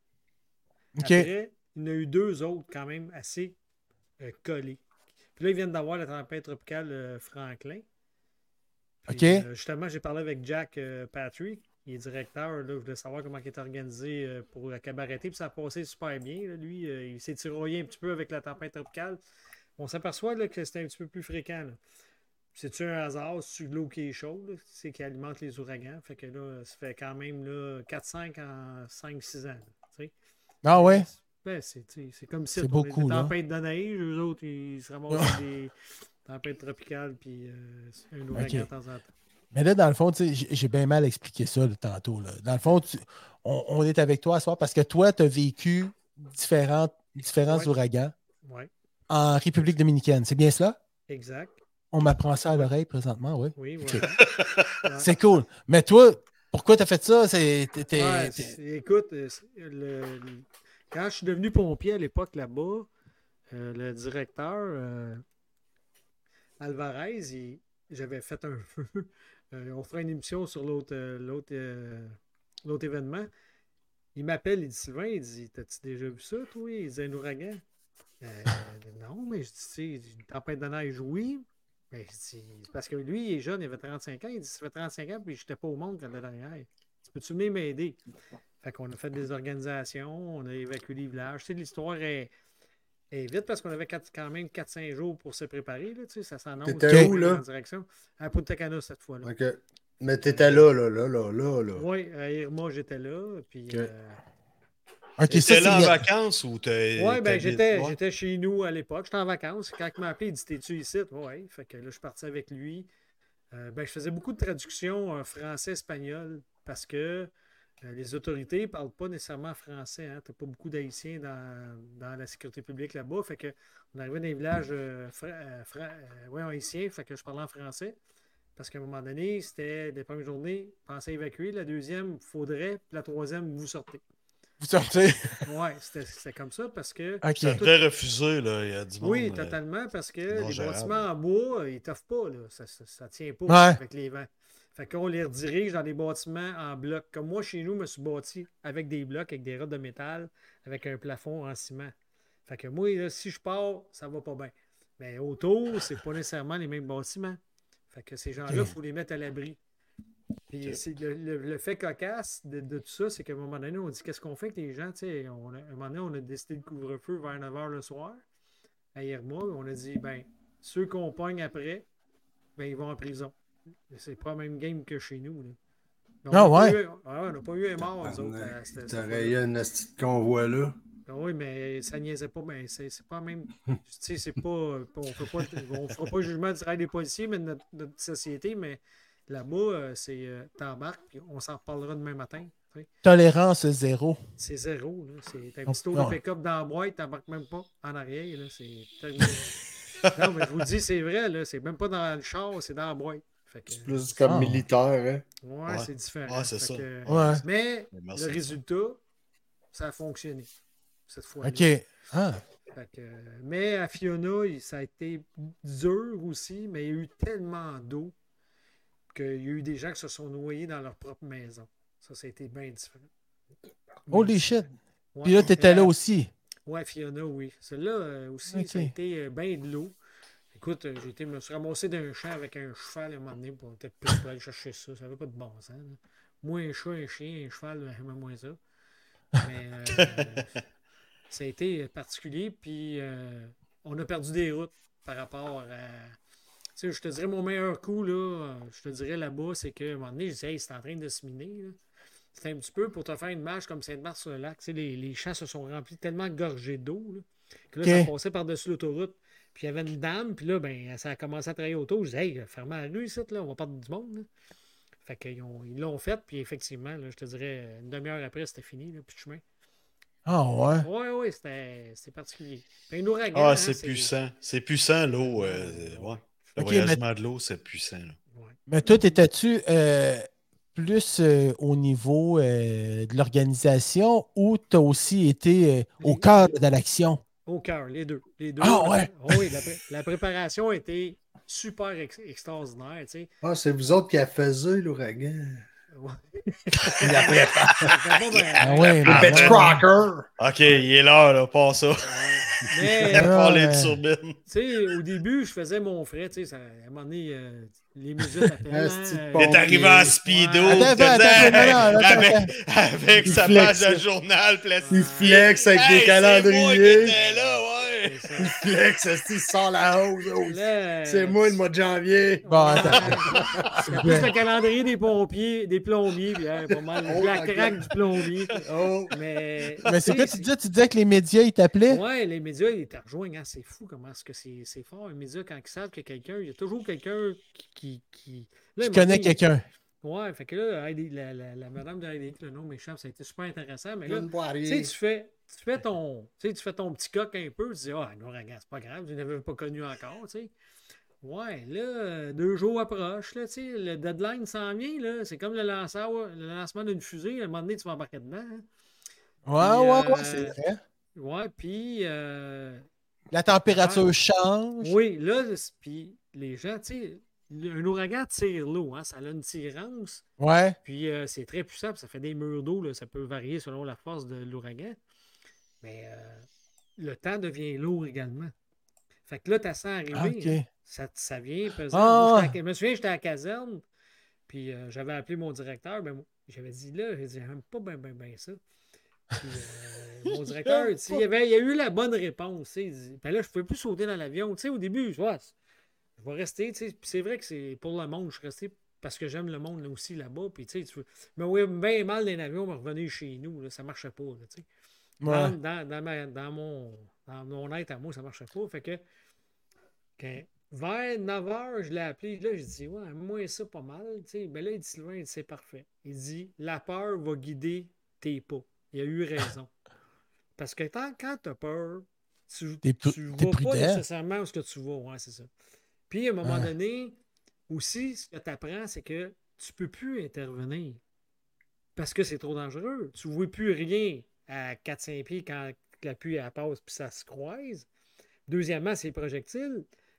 Après, il y en a eu deux autres quand même assez euh, collés. Puis là, ils viennent d'avoir la tempête tropicale euh, Franklin. Puis, OK. euh, justement, j'ai parlé avec Jack euh, Patrick. Il est directeur. Là, je voulais savoir comment il est organisé euh, pour la cabareter. Puis ça a passé super bien. Là, lui, euh, il s'est tiraillé un petit peu avec la tempête tropicale. On s'aperçoit là, que c'était un petit peu plus fréquent. Là. C'est-tu un hasard? C'est-tu de l'eau qui est chaude? là? C'est qui alimente les ouragans. Fait que là, ça fait quand même là, quatre cinq en cinq six ans. là, tu sais. Ah ouais? Ben, c'est, tu sais, c'est comme si C'est on a beaucoup, des là. tempêtes de neige, eux autres, ils se ramassent avec des tempêtes tropicales puis euh, un ouragan OK. de temps en temps. Mais là, dans le fond, tu sais, j'ai j'ai bien mal expliqué ça là, tantôt. Là. Dans le fond, tu- on, on est avec toi ce soir parce que toi, tu as vécu différentes, différents Ouais. ouragans Oui, en République dominicaine. C'est bien cela? exact. On m'apprend ça à l'oreille présentement, oui. Oui, OK. voilà. Ouais. C'est cool. Mais toi, pourquoi tu as fait ça? C'est, t'es- t'es- Ouais, t'es- c'est- écoute, euh, c'est- le- le- quand je suis devenu pompier à l'époque là-bas, euh, le directeur euh, Alvarez, il- j'avais fait un feu. Euh, on fera une émission sur l'autre, euh, l'autre, euh, l'autre événement. Il m'appelle, il dit Sylvain, il dit t'as-tu déjà vu ça, toi? Il dit un ouragan. Euh, non, mais je dis, tu sais, une tempête de neige, oui. Mais je dis, c'est parce que lui, il est jeune, il avait trente-cinq ans. Il dit, ça fait trente-cinq ans, puis j'étais pas au monde quand il était derrière. Tu peux-tu venir m'aider? Fait qu'on a fait des organisations, on a évacué les villages. Tu sais, l'histoire est, est vite parce qu'on avait quatre- quand même quatre cinq jours pour se préparer. Là, tu sais, ça s'annonce. T'étais dans où, la là? direction. À Punta Cana cette fois-là. OK. Mais t'étais là, là, là, là, là, là. Oui, à Irma, j'étais là. Puis, Ok. euh, OK, ça, T'es là en c'est... vacances ou t'es. ouais, ben t'habites- j'étais, ouais. j'étais chez nous à l'époque. J'étais en vacances. Quand il m'a appelé, il dit T'es-tu ici? Oui. Fait que là, je suis parti avec lui. Euh, ben, je faisais beaucoup de traductions euh, français-espagnol parce que euh, les autorités ne parlent pas nécessairement français. Hein. Tu n'as pas beaucoup d'Haïtiens dans, dans la sécurité publique là-bas. Fait que on arrivait dans des villages euh, fra- euh, fra- euh, ouais, haïtiens. Fait que je parlais en français. Parce qu'à un moment donné, c'était les premières journées, pensez à évacuer. La deuxième, il faudrait. Puis la troisième, vous sortez. Vous sortez. Ouais, c'était, c'était comme ça parce que. OK. Ça devait refuser, là. Il y a du monde. Oui, euh, totalement, parce que non les gérable. bâtiments en bois, ils ne toffent pas, là. Ça ne tient pas Ouais. avec les vents. Fait qu'on les redirige dans des bâtiments en bloc. Comme moi, chez nous, je me suis bâti avec des blocs, avec des rods de métal, avec un plafond en ciment. Fait que moi, là, si je pars, ça va pas bien. Mais autour, c'est pas nécessairement les mêmes bâtiments. Fait que ces gens-là, il faut les mettre à l'abri. Puis c'est le, le- le fait cocasse de, de tout ça, c'est qu'à un moment donné, on dit qu'est-ce qu'on fait avec les gens. Tu sais, on a- à un moment donné, on a décidé de couvre-feu vers neuf heures le soir à Irma. On a dit, ben, ceux qu'on pogne après, ben, ils vont en prison. C'est pas la même game que chez nous. Là. Mais on Ah n'a pas ouais? eu- ah, on n'a pas eu un mort, nous autres. à cette- cette T'aurais fois-là. eu un petit convoi là. Ah oui, mais ça niaisait pas. Mais c'est c'est pas même. Tu sais, c'est pas. On ne fera pas le jugement du travail des policiers, mais de notre, notre société. Mais là-bas, euh, c'est. Euh, T'embarques, puis on s'en reparlera demain matin. tu sais. Tolérance zéro. C'est zéro. là. C'est t'as un Oh, petit tour non. de pick-up dans la boîte, t'embarques même pas en arrière. Là. C'est tellement- Non, mais je vous le dis, c'est vrai. Là. C'est même pas dans le char, c'est dans la boîte. Fait que, C'est plus comme Ah. militaire, hein? ouais, Ouais. c'est différent. Ouais, c'est Fait ça. que- Ouais. Mais Merci. le résultat, ça a fonctionné cette fois-là. OK. Ah. Fait que, mais à Fiona, il- ça a été dur aussi, mais il y a eu tellement d'eau qu'il y a eu des gens qui se sont noyés dans leur propre maison. Ça, ça a été bien différent. Holy Bien shit. différent. Ouais. Puis là, t'étais là Euh, aussi. Ouais, Fiona, oui. Celle-là euh, aussi, Ok. ça a été bien de l'eau. Écoute, euh, j'ai été, me suis ramassé d'un champ avec un cheval à un moment donné pour peut-être plus pour aller chercher ça. Ça n'avait pas de bon sens. là. Moi, un chat, un chien, un cheval, ben, j'aimais moins ça. Mais euh, ça a été particulier. Puis euh, on a perdu des routes par rapport à. Tu sais, je te dirais mon meilleur coup, là, euh, je te dirais là-bas, c'est qu'à un moment donné, je disais, hey, c'est en train de se miner. là. C'était un petit peu pour te faire une marche comme Sainte-Marthe-sur-le-Lac. Tu sais, les, les champs se sont remplis tellement gorgés d'eau là, que là, Ok. ça passait par-dessus l'autoroute. Puis il y avait une dame, puis là, ben, ça a commencé à travailler autour. Je disais, hey, fermez la rue, ici, là, on va perdre du monde. là. Fait qu'ils ont- ils l'ont fait, puis effectivement, là, je te dirais, une demi-heure après, c'était fini, là, plus de chemin. Ah ouais. Ouais, ouais, c'était c'était particulier. Puis un ouragan, Ah, hein, c'est puissant. C'est puissant, l'eau. euh, ouais. Le Ok, voyagement de l'eau, c'est puissant. là. Ouais. Mais toi, étais-tu euh, plus euh, au niveau euh, de l'organisation ou t'as aussi été euh, au Les- cœur de l'action? Au cœur, les deux. Les deux. Ah La- ouais? oh oui, la, pré- la préparation a été super ex- extraordinaire, tu sais. Ah, c'est vous autres qui a faisait l'ouragan. Ouais. La prépare. Ça fait pas bien. Ah ouais, Le mais Betty ouais. Crocker. OK, il est là, là, pas ça. Mais, Ah, Parler de ouais. turbine. tu sais, au début, je faisais mon frais, tu sais, ça- à un moment donné, euh, les musiques t'appellent. Asti de hein, bon. Il est arrivé en speedo. Ouais. Attends, t'as attends, dit, attends, non, non, attends, avec, avec Il sa flex, page de là. journal plastique. Il flex avec Hey, des c'est moi calendriers. qui étais là, ouais. c'est ça. Il flex, asti, il sort la hausse. oh, Là, C'est moi le mois de janvier. Bon, attends. C'est plus le calendrier des pompiers, des plombiers, puis hein, pas mal. Oh, la my craque God. du plombier. Oh. Mais, Mais c'est tu quoi sais, tu disais? Tu disais que les médias, ils t'appelaient? ouais, les médias, ils te rejoignent. hein, C'est fou comment est-ce que c'est c'est fort. Les médias, quand ils savent qu'il y a quelqu'un, il y a toujours quelqu'un qui. qui, qui... Là, Je à un moment connais donné, quelqu'un. Ouais, fait que là, Heidi- la, la, la madame de Heidi, le nom m'échappe, ça a été super intéressant. Mais là, Une tu sais, poirier. tu fais, tu fais ton, tu sais, tu fais ton petit coq un peu, tu dis, ah, un ouragan, c'est pas grave, je n'avais pas connu encore, tu sais. Ouais, là, euh, deux jours approchent, là, tu sais, le deadline s'en vient, là, c'est comme le, lanceur, le lancement d'une fusée, à un moment donné, tu vas embarquer dedans. hein. Ouais, Puis, ouais, ouais, euh, c'est vrai. Ouais, puis, euh, La température change. oui, là, c'est- puis les gens, tu sais, le- un ouragan tire l'eau, hein, ça a une tirance. Ouais. Puis euh, c'est très puissant, puis ça fait des murs d'eau, là, ça peut varier selon la force de l'ouragan. Mais euh, le temps devient lourd également. Fait que là, tu as ça arriver, Ah, OK. hein, ça, ça vient pesant. Ah. Moi, j'étais à- je me souviens, j'étais à la caserne, puis euh, j'avais appelé mon directeur, ben, moi, j'avais dit là, j'ai dit, j'aime pas bien, bien, bien ça. Puis, euh, mon directeur, tu sais, il, y avait, il y a eu la bonne réponse. tu sais, il dit, ben là, je ne pouvais plus sauter dans l'avion. Tu sais, au début, je, ouais, je vais rester. tu sais, puis c'est vrai que c'est pour le monde, je suis resté parce que j'aime le monde là, aussi là-bas. Puis, tu sais, tu veux- mais oui, bien mal dans l'avion, me revenir chez nous. Là, ça ne marchait pas. Là, tu sais. Ouais. dans, dans, dans, ma- dans mon, dans mon être à moi, ça ne marchait pas. Fait que quand- vers neuf heures, je l'ai appelé. Là, j'ai dit, ouais, moi, ça, pas mal. Tu sais. Ben là, il dit, Sylvain, il dit, c'est parfait. Il dit, la peur va guider tes pas. Il a eu raison. Parce que tant, quand tu as peur, tu T'es pr- ne t'es vas pas prudent. nécessairement où ce que tu vas. Ouais, c'est ça. Puis, à un moment Ouais. donné, aussi, ce que tu apprends, c'est que tu ne peux plus intervenir. Parce que c'est trop dangereux. Tu ne vois plus rien à quatre cinq pieds quand la pluie elle passe puis ça se croise. Deuxièmement, c'est les projectiles.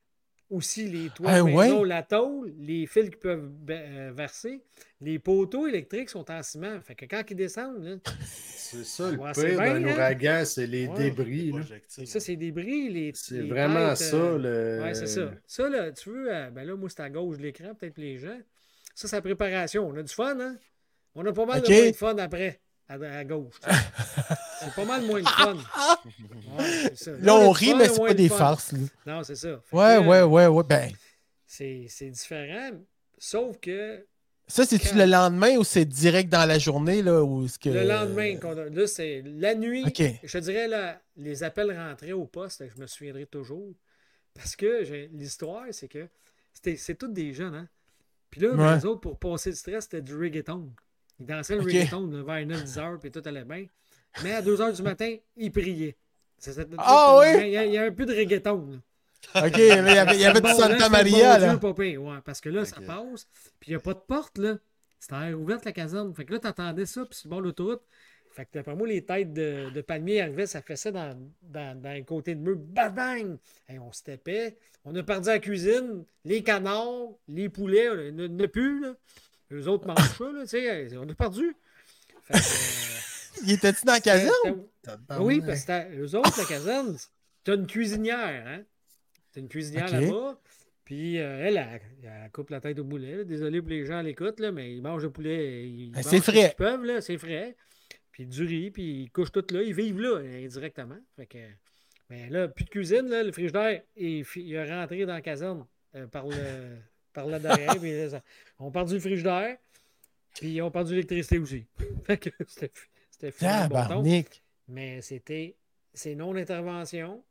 aussi les toits Ah, de maison, ouais? la tôle, les fils qui peuvent be- euh, verser. Les poteaux électriques sont en ciment. Fait que quand ils descendent, là, C'est ça, le ouais, c'est pire bien, d'un hein? ouragan, c'est les Ouais. débris. là. ça, c'est des bris, les, C'est les vraiment têtes, ça. euh, Le... Ouais, c'est ça. Ça, là, tu veux, euh, ben là, moi, c'est à gauche de l'écran, peut-être les gens. Ça, c'est la préparation. On a du fun, hein? On a pas mal OK. de moins de fun après, à, à gauche. tu sais. C'est pas mal moins de fun. Ouais, c'est ça. Là, on a on du rit, fun, mais mais c'est moins pas de des fun. farces. Là. Non, c'est ça. Fait Ouais, que, ouais, euh, ouais, ouais. Ben, C'est c'est différent, sauf que ça, c'est-tu Quand- le lendemain ou c'est direct dans la journée? Là, où est-ce que... le lendemain, qu'on a- là, c'est la nuit. OK. Je te dirais, là, les appels rentraient au poste, je me souviendrai toujours. Parce que j'ai- l'histoire, c'est que c'était- c'est tous des jeunes, hein? Puis là, ben, Ouais. eux autres, pour passer le stress, c'était du reggaeton. Ils dansaient le OK. reggaeton là, vers neuf dix heures, puis tout allait bien. Mais à deux heures du matin, ils priaient. Ça, ça- Ah oui? Il y, a- il y a un peu de reggaeton. là. OK, mais il y avait, il y avait du Bon, là, Santa c'est Maria, bon là. Dieu, pas pire, ouais, parce que là, ça Ok. passe, puis il n'y a pas de porte, là. C'était à air ouverte, la caserne. Fait que là, t'entendais ça, puis sur le bord de l'autoroute. Fait que d'après moi, les têtes de, de palmiers arrivaient, ça faisait dans, dans, dans les côtés de mur. Bang, bang! Hey, on se tapait. On a perdu la cuisine, les canards, les poulets, il n'y en a plus, là. Eux autres mangent ça, là, tu sais. On a perdu. Fait que, euh, Il était-tu dans la c'était- caserne? c'était- Oui, parce que c'était- eux autres, la caserne, t'as une cuisinière, hein? T'as une cuisinière Ok. là-bas. Puis euh, elle, elle, elle coupe la tête au poulet. là. Désolé pour les gens à l'écoute, là, mais ils mangent le poulet. Ils Ben, mangent c'est ce frais. qu'ils peuvent, là, c'est frais. Puis du riz, puis ils couchent tout là. Ils vivent là, indirectement. Fait que, mais là, plus de cuisine, là, le frigidaire, il, fi- il est rentré dans la caserne euh, par le par là derrière. Puis là, ça- on perdu le frigidaire, puis ils ont perdu l'électricité aussi. Fait que c'était c'était finalement bon ton. Tabarnak. Mais c'était c'est non-intervention.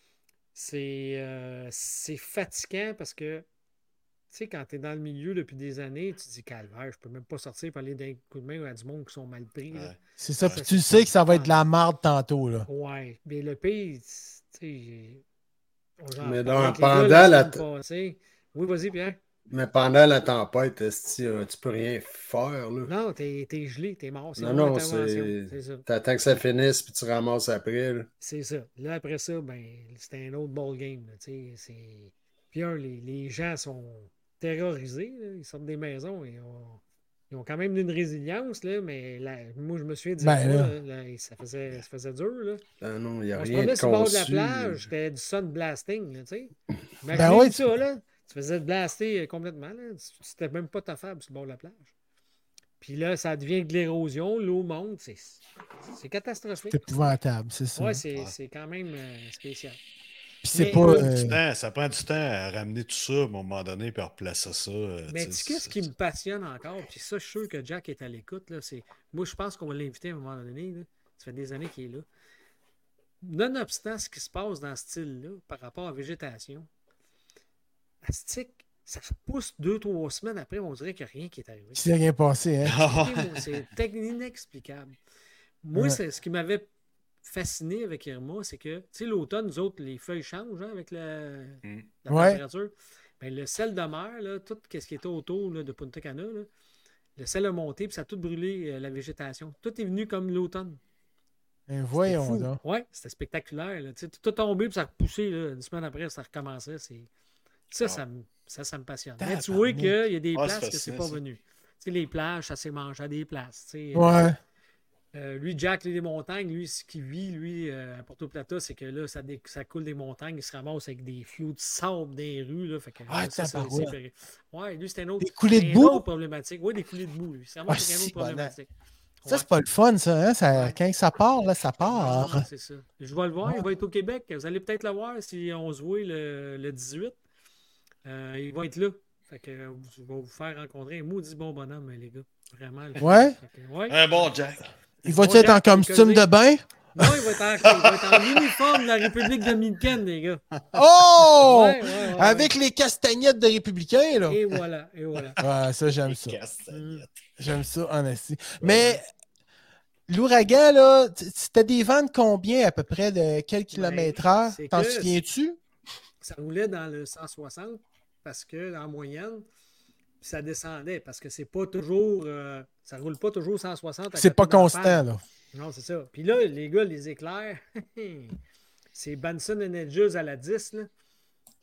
C'est euh, c'est fatigant parce que, tu sais, quand tu es dans le milieu depuis des années, tu te dis, calvaire, je peux même pas sortir pour aller d'un coup de main à du monde qui sont mal pris. là. Ouais. C'est ça, Ça, puis tu c'est sais que ça va être fun. de la marde tantôt, là. Ouais, mais le pays, tu sais, on en Mais reparlait donc, avec les gars pendant la la semaine t- passée. Oui, vas-y, Pierre. Mais pendant la tempête, esti, euh, tu peux rien faire. Là. Non, t'es es gelé, t'es mort. C'est Non, une non, intervention. c'est. C'est ça. T'attends que ça finisse puis tu ramasses après. Là. C'est ça. Là, après ça, ben, c'était un autre ball game. Là, tu sais, c'est... Puis un, les, les gens sont terrorisés. là. Ils sortent des maisons et ont, ils ont quand même une résilience, là, mais la- moi, je me souviens de Ben, là. là, là, ça, faisait, ça faisait dur. Là. Ah non, il n'y a On se rien promenait de sur le bord de la conçu. plage, c'était du sun blasting, là, tu sais. Mais Ben ouais, ça, là. Tu faisais de blaster euh, complètement, là. C'était même pas taffable sur le bord de la plage. Puis là, ça devient de l'érosion, l'eau monte, c'est c'est catastrophique. C'est épouvantable, c'est ça. Ouais, c'est c'est quand même euh, spécial. Puis c'est mais- pas... mais- euh, Du temps, ça prend du temps à ramener tout ça à un moment donné puis à replacer ça. euh, Mais tu tu sais, sais, qu'est-ce qui c'est- me passionne encore, puis ça, je suis sûr que Jack est à l'écoute, là, c'est... Moi, je pense qu'on va l'inviter à un moment donné, là. Ça fait des années qu'il est là. Nonobstant ce qui se passe dans ce style-là, par rapport à la végétation, Astic, ça pousse deux, trois semaines après, on dirait qu'il n'y a rien qui est arrivé. Il s'est rien passé, hein? Ok, moi, c'est tec- inexplicable. Moi, Ouais. c'est ce qui m'avait fasciné avec Irma, c'est que, tu sais, l'automne, nous autres, les feuilles changent hein, avec la, Mm. la Ouais. température. Ben, le sel de mer, là, tout ce qui était autour là, de Punta Cana, là, le sel a monté, puis ça a tout brûlé euh, la végétation. Tout est venu comme l'automne. Ben, C'était voyons fou. donc. Ouais, c'était spectaculaire. Là. Tu sais, tout a tombé, puis ça a repoussé. Là. Une semaine après, ça recommençait. C'est... Ça, Ah. ça, me, ça, ça me passionne. Tabarnak. Mais tu vois qu'il y a des Ah, c'est places que c'est fascinant, pas ça. venu. Tu sais, les plages, ça s'est mangé à des places. tu sais. Ouais. Euh, lui, Jack, les montagnes, lui, ce qu'il vit, lui, euh, à Porto Plata, c'est que là, ça, dé- ça coule des montagnes, il se ramasse avec des flots de sable des rues. Là, fait que, Ah, là, ça, ça, tabarouette. c'est fait- ouais, lui, c'était un autre, Des coulées de une boue? autre problématique. Oui, des coulées de boue, lui. C'est vraiment Ah, une si, autre problématique. Ça, Ouais. c'est pas le fun, ça, hein? Ça- Ouais. Quand ça part, là, ça Ah, part. c'est ça. Je vais le voir, Ouais. il va être au Québec. Vous allez peut-être le voir si on se voit le, le dix-huit. Euh, il va être là. Fait que euh, je vais vous faire rencontrer un maudit bon bonhomme, les gars. Vraiment. le fun. Ouais? Fait que, ouais. Un bon Jack. Il va-tu Bon, être en Jack, costume il va de bain? Non, il va être en, il va être en uniforme de la République dominicaine, les gars. Oh! Ouais, ouais, ouais, Avec les castagnettes de républicains, là. ouais. Et voilà, et voilà. Ouais, ça, j'aime ça. Castagnettes. J'aime ça, en esti. Mais l'ouragan, là, t- c'était des vents de combien à peu près, de quel kilomètre heure? c'est T'en que- souviens-tu? Ça roulait dans le cent soixante parce que, en moyenne, puis ça descendait parce que c'est pas toujours. euh, ça roule pas toujours cent soixante. à C'est côté pas de la constant, panne. là. Non, c'est ça. Puis là, les gars, les éclairs, c'est Benson Hedges à la dix, là.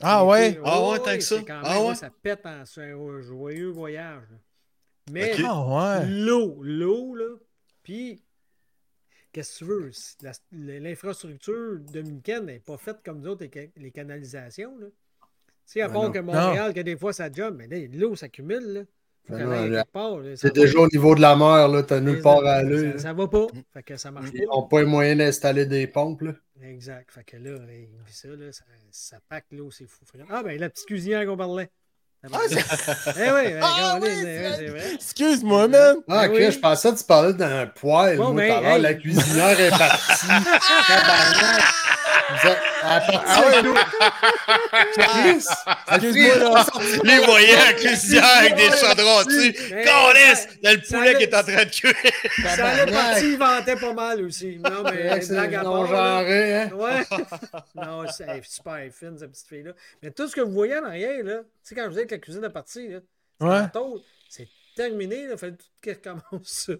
Ah ouais? Ah ouais, tant que ça? c'est quand même, Ah ouais? là, ça pète en c'est un joyeux voyage. là. Mais Ok. Ah ouais. l'eau, l'eau, là, puis qu'est-ce que tu veux? si la- L'infrastructure dominicaine n'est pas faite comme nous autres, les, ca- les canalisations, là. Tu sais, à Ben part non. que Montréal, que des fois, ça job, mais là, l'eau s'accumule, là. Faut Ben qu'elle non, aille là, quelque part, là, ça C'est va déjà pas. au niveau de la mer, là. T'as nulle Mais part ça, à aller. ça, là. ça va pas. Fait que ça marche Ils pas. n'ont pas les moyens d'installer des pompes, là. Exact. Fait que là, il me dit ça, là, ça, ça pack l'eau, c'est fou. Fait que- Ah, ben, la petite cuisinière qu'on parlait. Ah, ben, eh oui, ben, Ah Caroline, oui, eh oui, c'est- c'est vrai. Excuse-moi, man. Ah, Ben ok, oui. je pensais que tu parlais d'un poêle. Bon, Moi, ben, tout à l'heure, hey. la cuisinière est partie. Tabarnak. Vous êtes- Elle est partie Ah avec nous. Chris, elle Excuse-moi, frit- là. Les voyants à la cuisinière avec des chaudrons dessus. Mais Calisse! ça- Il y a le ça poulet allait- qui est en train de cuire. Ça allait Tabarnak. partir, il ventait pas mal aussi. Non, C'est vrai mais que c'est blague à non part. là. genré, hein? Ouais. Non, c'est elle est super fine, cette petite fille-là. Mais tout ce que vous voyez en arrière, là, tu sais, quand je vous disais que la cuisine est partie, là, c'est Ouais. en tôle, c'est terminé, il fallait tout qu'elle recommence ça.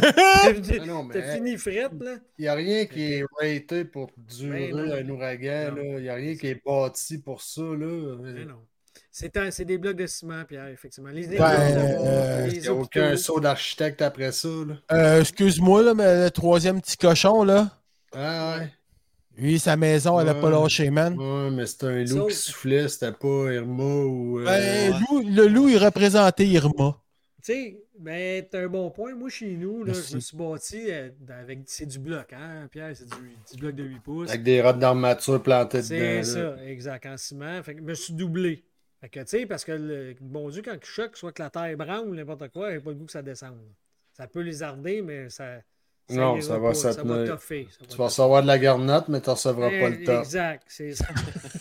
Ah non, mais- T'as fini frette, là. Il n'y a rien qui est raté pour durer Ben non. un ouragan. Non. là. Il n'y a rien qui est bâti pour ça. Là. Mais non. C'est un- c'est des blocs de ciment, Pierre, effectivement. Les Ben, écoles, euh, les Il n'y a aucun hôpitaux. saut d'architecte après ça. Là. Euh, excuse-moi, là, mais le troisième petit cochon, là. Ah ouais. Lui, sa maison, elle a pas Ouais. lâché, man. Ouais, mais c'était un loup Sauf- qui soufflait, c'était pas Irma ou. euh, Ben, loup- le loup, il représentait Irma. Tu sais, ben, t'as un bon point. Moi, chez nous, là, Merci. je me suis bâti euh, avec. C'est du bloc, hein, Pierre? C'est du, du bloc de huit pouces. Avec des rottes d'armature plantées C'est dedans. là. ça, exact, en ciment. Fait que je me suis doublé. Fait que, tu sais, parce que, le, bon Dieu, quand il choque, soit que la terre branle ou n'importe quoi, il n'y a pas le goût que ça descende. Ça peut lézarder, mais ça. Non, ira ça va pas, se ça va tenir. toffer. ça va Tu vas toffer. recevoir de la garnotte, mais tu ne recevras Eh, pas le top. Exact, c'est ça.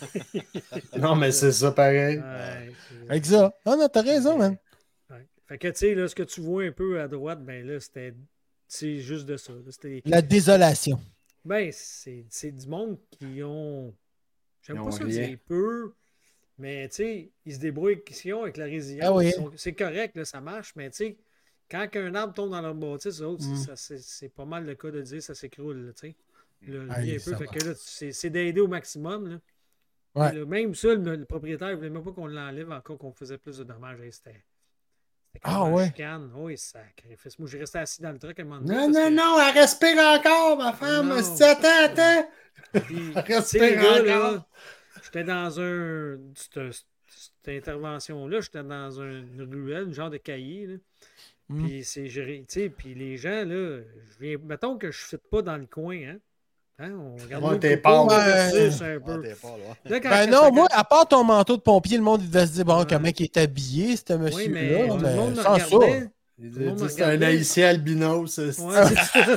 Non, mais c'est ça pareil. Ouais, c'est- Avec ça. Ah non, t'as raison, man. Ouais. Fait que, tu sais, là, ce que tu vois un peu à droite, ben là, c'était. C'est juste de ça. là. C'était. La désolation. Ben, c'est c'est du monde qui ont. J'aime Ils pas ont ça rien. dire peu, mais tu sais, ils se débrouillent avec ce qu'ils ont, avec la résilience. Ah oui. Ils sont- C'est correct, là, ça marche, mais tu sais, quand un arbre tombe dans leur bâtisse, eux autres, Mm. c'est- ça, c'est c'est pas mal le cas de dire ça s'écroule, là, tu sais. Là, Ah, lui, un il- peu, ça fait va. que là, tu- c'est c'est d'aider au maximum, là. Ouais. Puis là, même ça, le, le propriétaire ne voulait même pas qu'on l'enlève encore, qu'on faisait plus de dommages. Hey, C'était. c'était Ah, quasiment une ouais. chicane. Oui, sacrifice. Moi, j'ai resté assis dans le truck à un moment donné. Non, parce non, que- non, elle respire encore, ma femme. Non. Si, attends, attends. Puis, Elle tu sais, respire les gars, encore. là, j'étais dans un. Cette, cette intervention-là, j'étais dans un- une ruelle, une genre de cahier. Là. Mm. Puis, c'est géré. Tu sais, puis les gens, là, je viens, mettons que je ne fit pas dans le coin, hein. Hein, on regarde Ouais, l'autre t'es coco, pas- versus un Ah, peu. t'es pas là. Là, quand Ben que non, ça- moi, à part ton manteau de pompier, le monde il devait se dire, bon, Ouais. comment il est habillé, ce Oui, monsieur-là. mais tout le mais monde me sans ça. regardait. Il Tout le monde dit, me c'est un regardait. haïtien albinos. c'est- Ouais, c'est ça.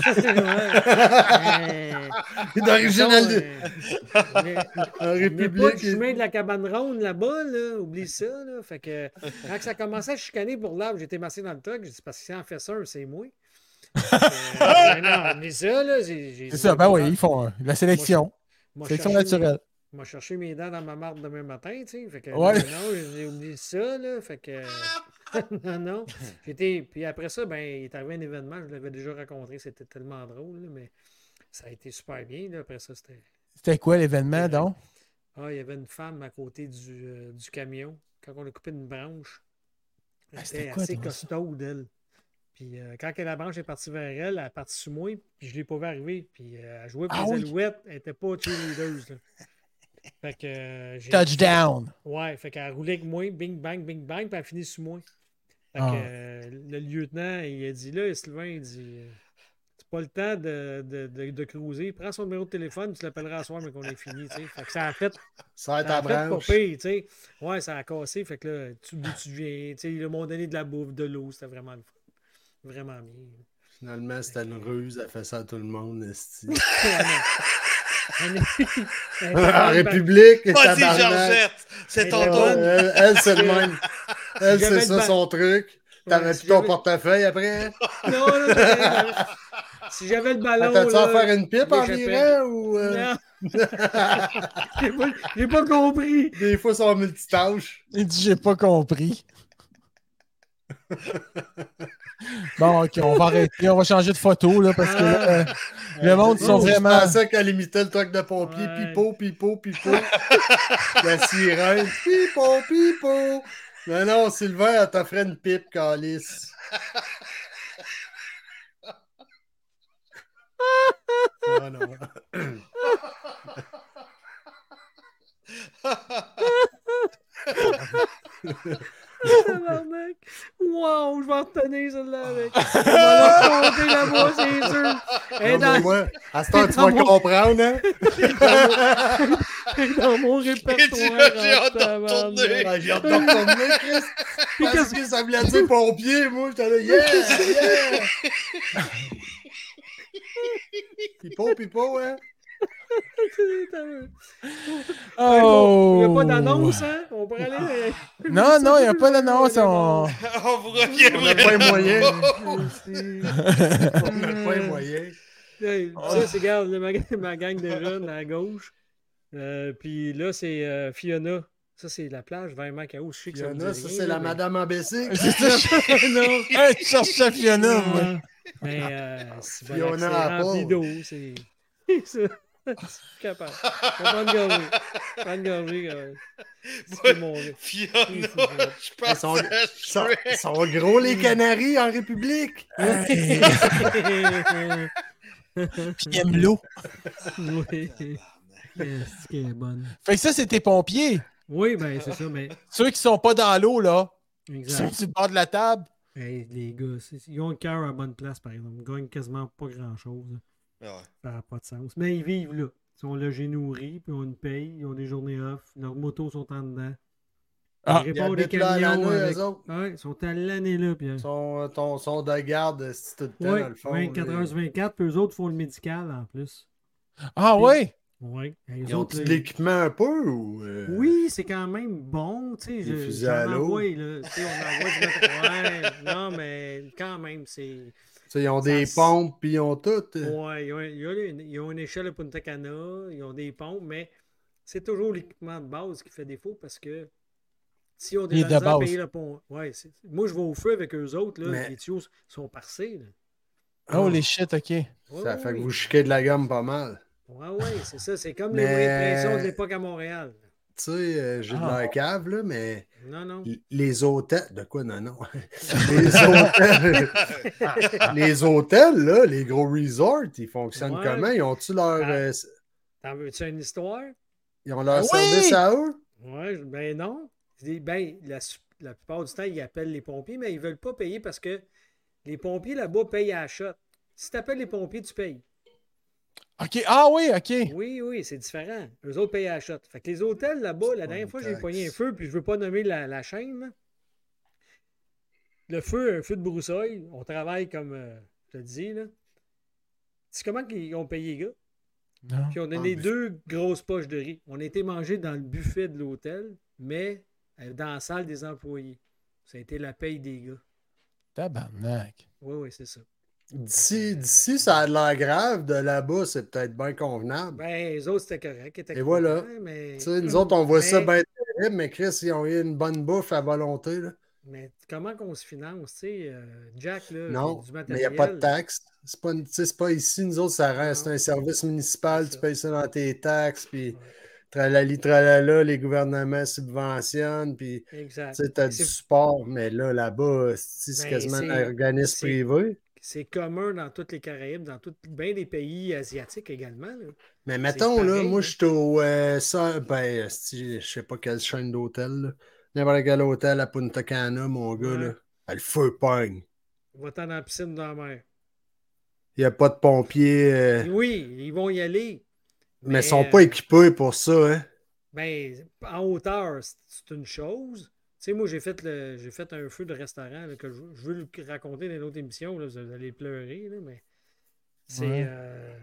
Ouais. Il est d'origine Mettons, albi- euh, mais- en Il n'est pas République. du chemin de la cabane ronde là-bas, là. Oublie ça, là. Fait que quand ça commençait à chicaner pour l'arbre, j'étais massé dans le truck. J'ai dit, parce que si en fait ça, c'est moi. Fait que, euh, non, oublie ça, là. j'ai- j'ai C'est dit, ça, ben oui, moi, ils font euh, la sélection. moi, Sélection chercher mes- naturelle. Moi, chercher mes dents dans ma marde demain matin, tu sais. Fait que, Ouais. non, non, j'ai oublié ça, là. Fait que, non, non. J'étais, puis après ça, ben, il est arrivé un événement, je l'avais déjà raconté, c'était tellement drôle, là, mais ça a été super bien, là. Après ça, c'était. C'était quoi l'événement, donc? Ah, il y avait une femme à côté du, euh, du camion. Quand on a coupé une branche, elle Ah, c'était était quoi, assez toi, ça? costaud d'elle. Puis euh, quand que la branche est partie vers elle, elle est partie sous moi, puis je ne l'ai pas vu arriver. Puis euh, elle jouait pour Ah les oui? alouettes, elle n'était pas cheerleaders. Là. Fait que. euh, j'ai- Touchdown. Ouais, fait qu'elle roulait avec moi, bing bang, bing bang, puis elle finit sous moi. Fait Ah. que euh, le lieutenant, il a dit là, Sylvain, il dit euh, c'est pas le temps de, de, de, de cruiser. Prends son numéro de téléphone, tu l'appelleras à soir, mais qu'on est fini. Tu sais. Fait que ça a fait. Ça va être Ça ta a fait pas branche. pire, tu sais. Ouais, ça a cassé. Fait que là, tu d'où tu viens. Tu sais, ils m'ont donné de la bouffe, de l'eau. C'était vraiment le fun. Vraiment bien. Finalement, c'était une ruse. Elle fait ça à tout le monde. esti. En En République, Vas-y, tabarnak. Georgette! C'est ton Elle est tour! bonne. Elle, elle, c'est le même. Elle, j'avais c'est le ça ba- son truc. T'avais Ouais, plus si ton j'avais- portefeuille après? Non, non, j'avais- si j'avais le ballon. T'as-tu à là, faire une pipe en j'échappais. virant ou. euh, Non. J'ai pas, j'ai pas compris. Des fois, c'est en multitâche. Il dit, j'ai pas compris. Bon, OK, on va arrêter. On va changer de photo, là, parce que là, euh, le monde sont Je vraiment... pensais qu'elle imitait le truc de pompier. Ouais. Pipo, pipo, pipo. La sirène. Pipo, pipo. Mais non, Sylvain, elle t'offrait une pipe, calice. Non, non. Tabarnak. Wow, je vais en retenir celle-là avec. On va la raconter là-bas, c'est sûr. Elle est Non, mais dans, moi, à ce temps, tu dans vas mon- comprendre, hein? elle est dans mon Et tu vas- répertoire. j'ai hâte de tabarnak. retourner. Ah, j'ai hâte de retourner, Chris. Puis Parce qu'est-ce que ça voulait dire pompier, moi. J'étais là, yeah, yeah. Pipo, pipo, hein? Oh! Il n'y a pas d'annonce, hein? On pourrait aller. Non, non, il n'y a pas d'annonce. On... On vous On n'a reviendra pas les moyens. C'est- On n'a pas les moyens. Hey, Ça, c'est, regarde, ma, ma gang de jeunes à gauche. Euh, puis là, c'est euh, Fiona. Ça, c'est la plage vers Macao. Je sais que ça vous Fiona, dit ça, rien, c'est la mais- madame en bicycle. C'est ça, je... non. Hey, je cherchais Fiona, moi. Ah, mais euh, c'est Fiona voilà, c'est Apple. rempli d'eau. C'est. c'est- Je suis capable. Je vais prendre une gorgée. Prendre une gorgée, quand même. C'est mon gars. Fiona, je pense Ils sont, à sont, Shrek. sont gros, les Canaries, en République. Hey. Puis il aime l'eau. Oui. C'est qui est bonne. Fait que ça, c'est tes pompiers. Oui, ben c'est ça, mais. Ceux qui sont pas dans l'eau, là, qui sont Exact. sur le bord de la table. Hey, les gars, c'est- ils ont le cœur à la bonne place, par exemple. Ils gagnent quasiment pas grand-chose. Ouais. Ça n'a pas de sens. Mais ils vivent là. Ils sont logés nourris, puis ils ont une paye, ils ont des journées off, leurs motos sont en dedans. Ah, Ils Ils réparent des habitent là à camions l'année, avec... eux autres. Ouais, ils sont à l'année là, Pierre. Ils sont, ton, sont de garde, c'est tout le temps, Oui, dans le fond. vingt-quatre là. heures sur vingt-quatre, puis eux autres font le médical en plus. Ah ouais? Oui. Ils ont-tu de l'équipement un peu ou. euh, Oui, c'est quand même bon, tu sais. Des je- fusils j'en à l'eau. envoie, là. Tu sais, on envoie du matériel. Ouais, non, mais quand même, c'est... tu sais, ils ont des Ça- pompes, puis ils ont tout. euh. Ouais, ils ont, ils ont une, ils ont une échelle à Punta Cana, ils ont des pompes, mais c'est toujours l'équipement de base qui fait défaut parce que si on Il est a de à base. payer le pont. Ouais, c'est- moi, je vais au feu avec eux autres, là, Mais- les tuyaux sont parcés. Là. Oh, les shit, OK. Ouais, Ça ouais, fait que ouais. vous chiquez de la gomme pas mal. Ouais, ouais, c'est ça. C'est comme Mais- les moyens de pression de l'époque à Montréal. Tu sais, euh, j'ai de Ah. la cave, là, mais Non, non. l- les hôtels. De quoi, non, non? Les hôtels. les hôtels, là, les gros resorts, ils fonctionnent Ouais. comment? Ils ont-tu leur. Ah. euh, T'en veux-tu une histoire? ils ont leur Ah oui! service à eux? Ouais, je- ben non. Je dis, Ben, la, su- la plupart du temps, ils appellent les pompiers, mais ils veulent pas payer parce que les pompiers là-bas payent à la shot. Si tu appelles les pompiers, tu payes. OK. Ah oui, OK. Oui, oui, c'est différent. Eux autres payent à la shot. Fait que les hôtels là-bas, la pas dernière une fois, j'ai taxe. pogné un feu, puis je veux pas nommer la, la chaîne. là. Le feu, un feu de broussaille, on travaille comme euh, je te dis, là. C'est comment qu'ils ont payé les gars? Non. Puis on a Ah, donné buffet. deux grosses poches de riz. On a été manger dans le buffet de l'hôtel, mais euh, dans la salle des employés. Ça a été la paye des gars. Tabarnak. Oui, oui, c'est ça. D'ici, d'ici, ça a de l'air grave. De là-bas, c'est peut-être bien convenable. Ben, les autres, c'était correct. ils étaient Et voilà. contents, Mais... Tu sais, nous autres, on voit ça Mais- bien terrible, mais Chris, ils ont eu une bonne bouffe à volonté. Là. Mais comment qu'on se finance, tu sais, euh, Jack, là, Non, du mais il n'y matériel. a pas de taxes. C'est pas, une- tu sais, c'est pas ici, nous autres, ça reste Non. un service municipal, C'est tu ça. payes ça dans tes taxes, puis Ouais, tralali, tralala, les gouvernements subventionnent, puis exact. tu sais, t'as du C'est- support, mais là, là-bas, c'est c'est Ben, quasiment c'est- un organisme c'est- privé. C'est commun dans toutes les Caraïbes, dans tout, bien des pays asiatiques également. là. Mais mettons, là, pareil, moi, hein. je suis au. euh, ça, ben, si, je sais pas quelle chaîne d'hôtel, là. N'importe quel hôtel à Punta Cana, mon gars, Ouais. là. Ah, le feu pogne. Va-t'en dans la piscine dans la mer. Il n'y a pas de pompiers, euh, Et oui, ils vont y aller. mais mais, ils sont euh, pas équipés pour ça, hein. Ben, en hauteur, c'est- c'est une chose. Tu sais, moi, j'ai fait, le, j'ai fait un feu de restaurant là, que je, je veux le raconter dans une autre émission. Là, vous allez pleurer, là, mais c'est. Ouais. euh,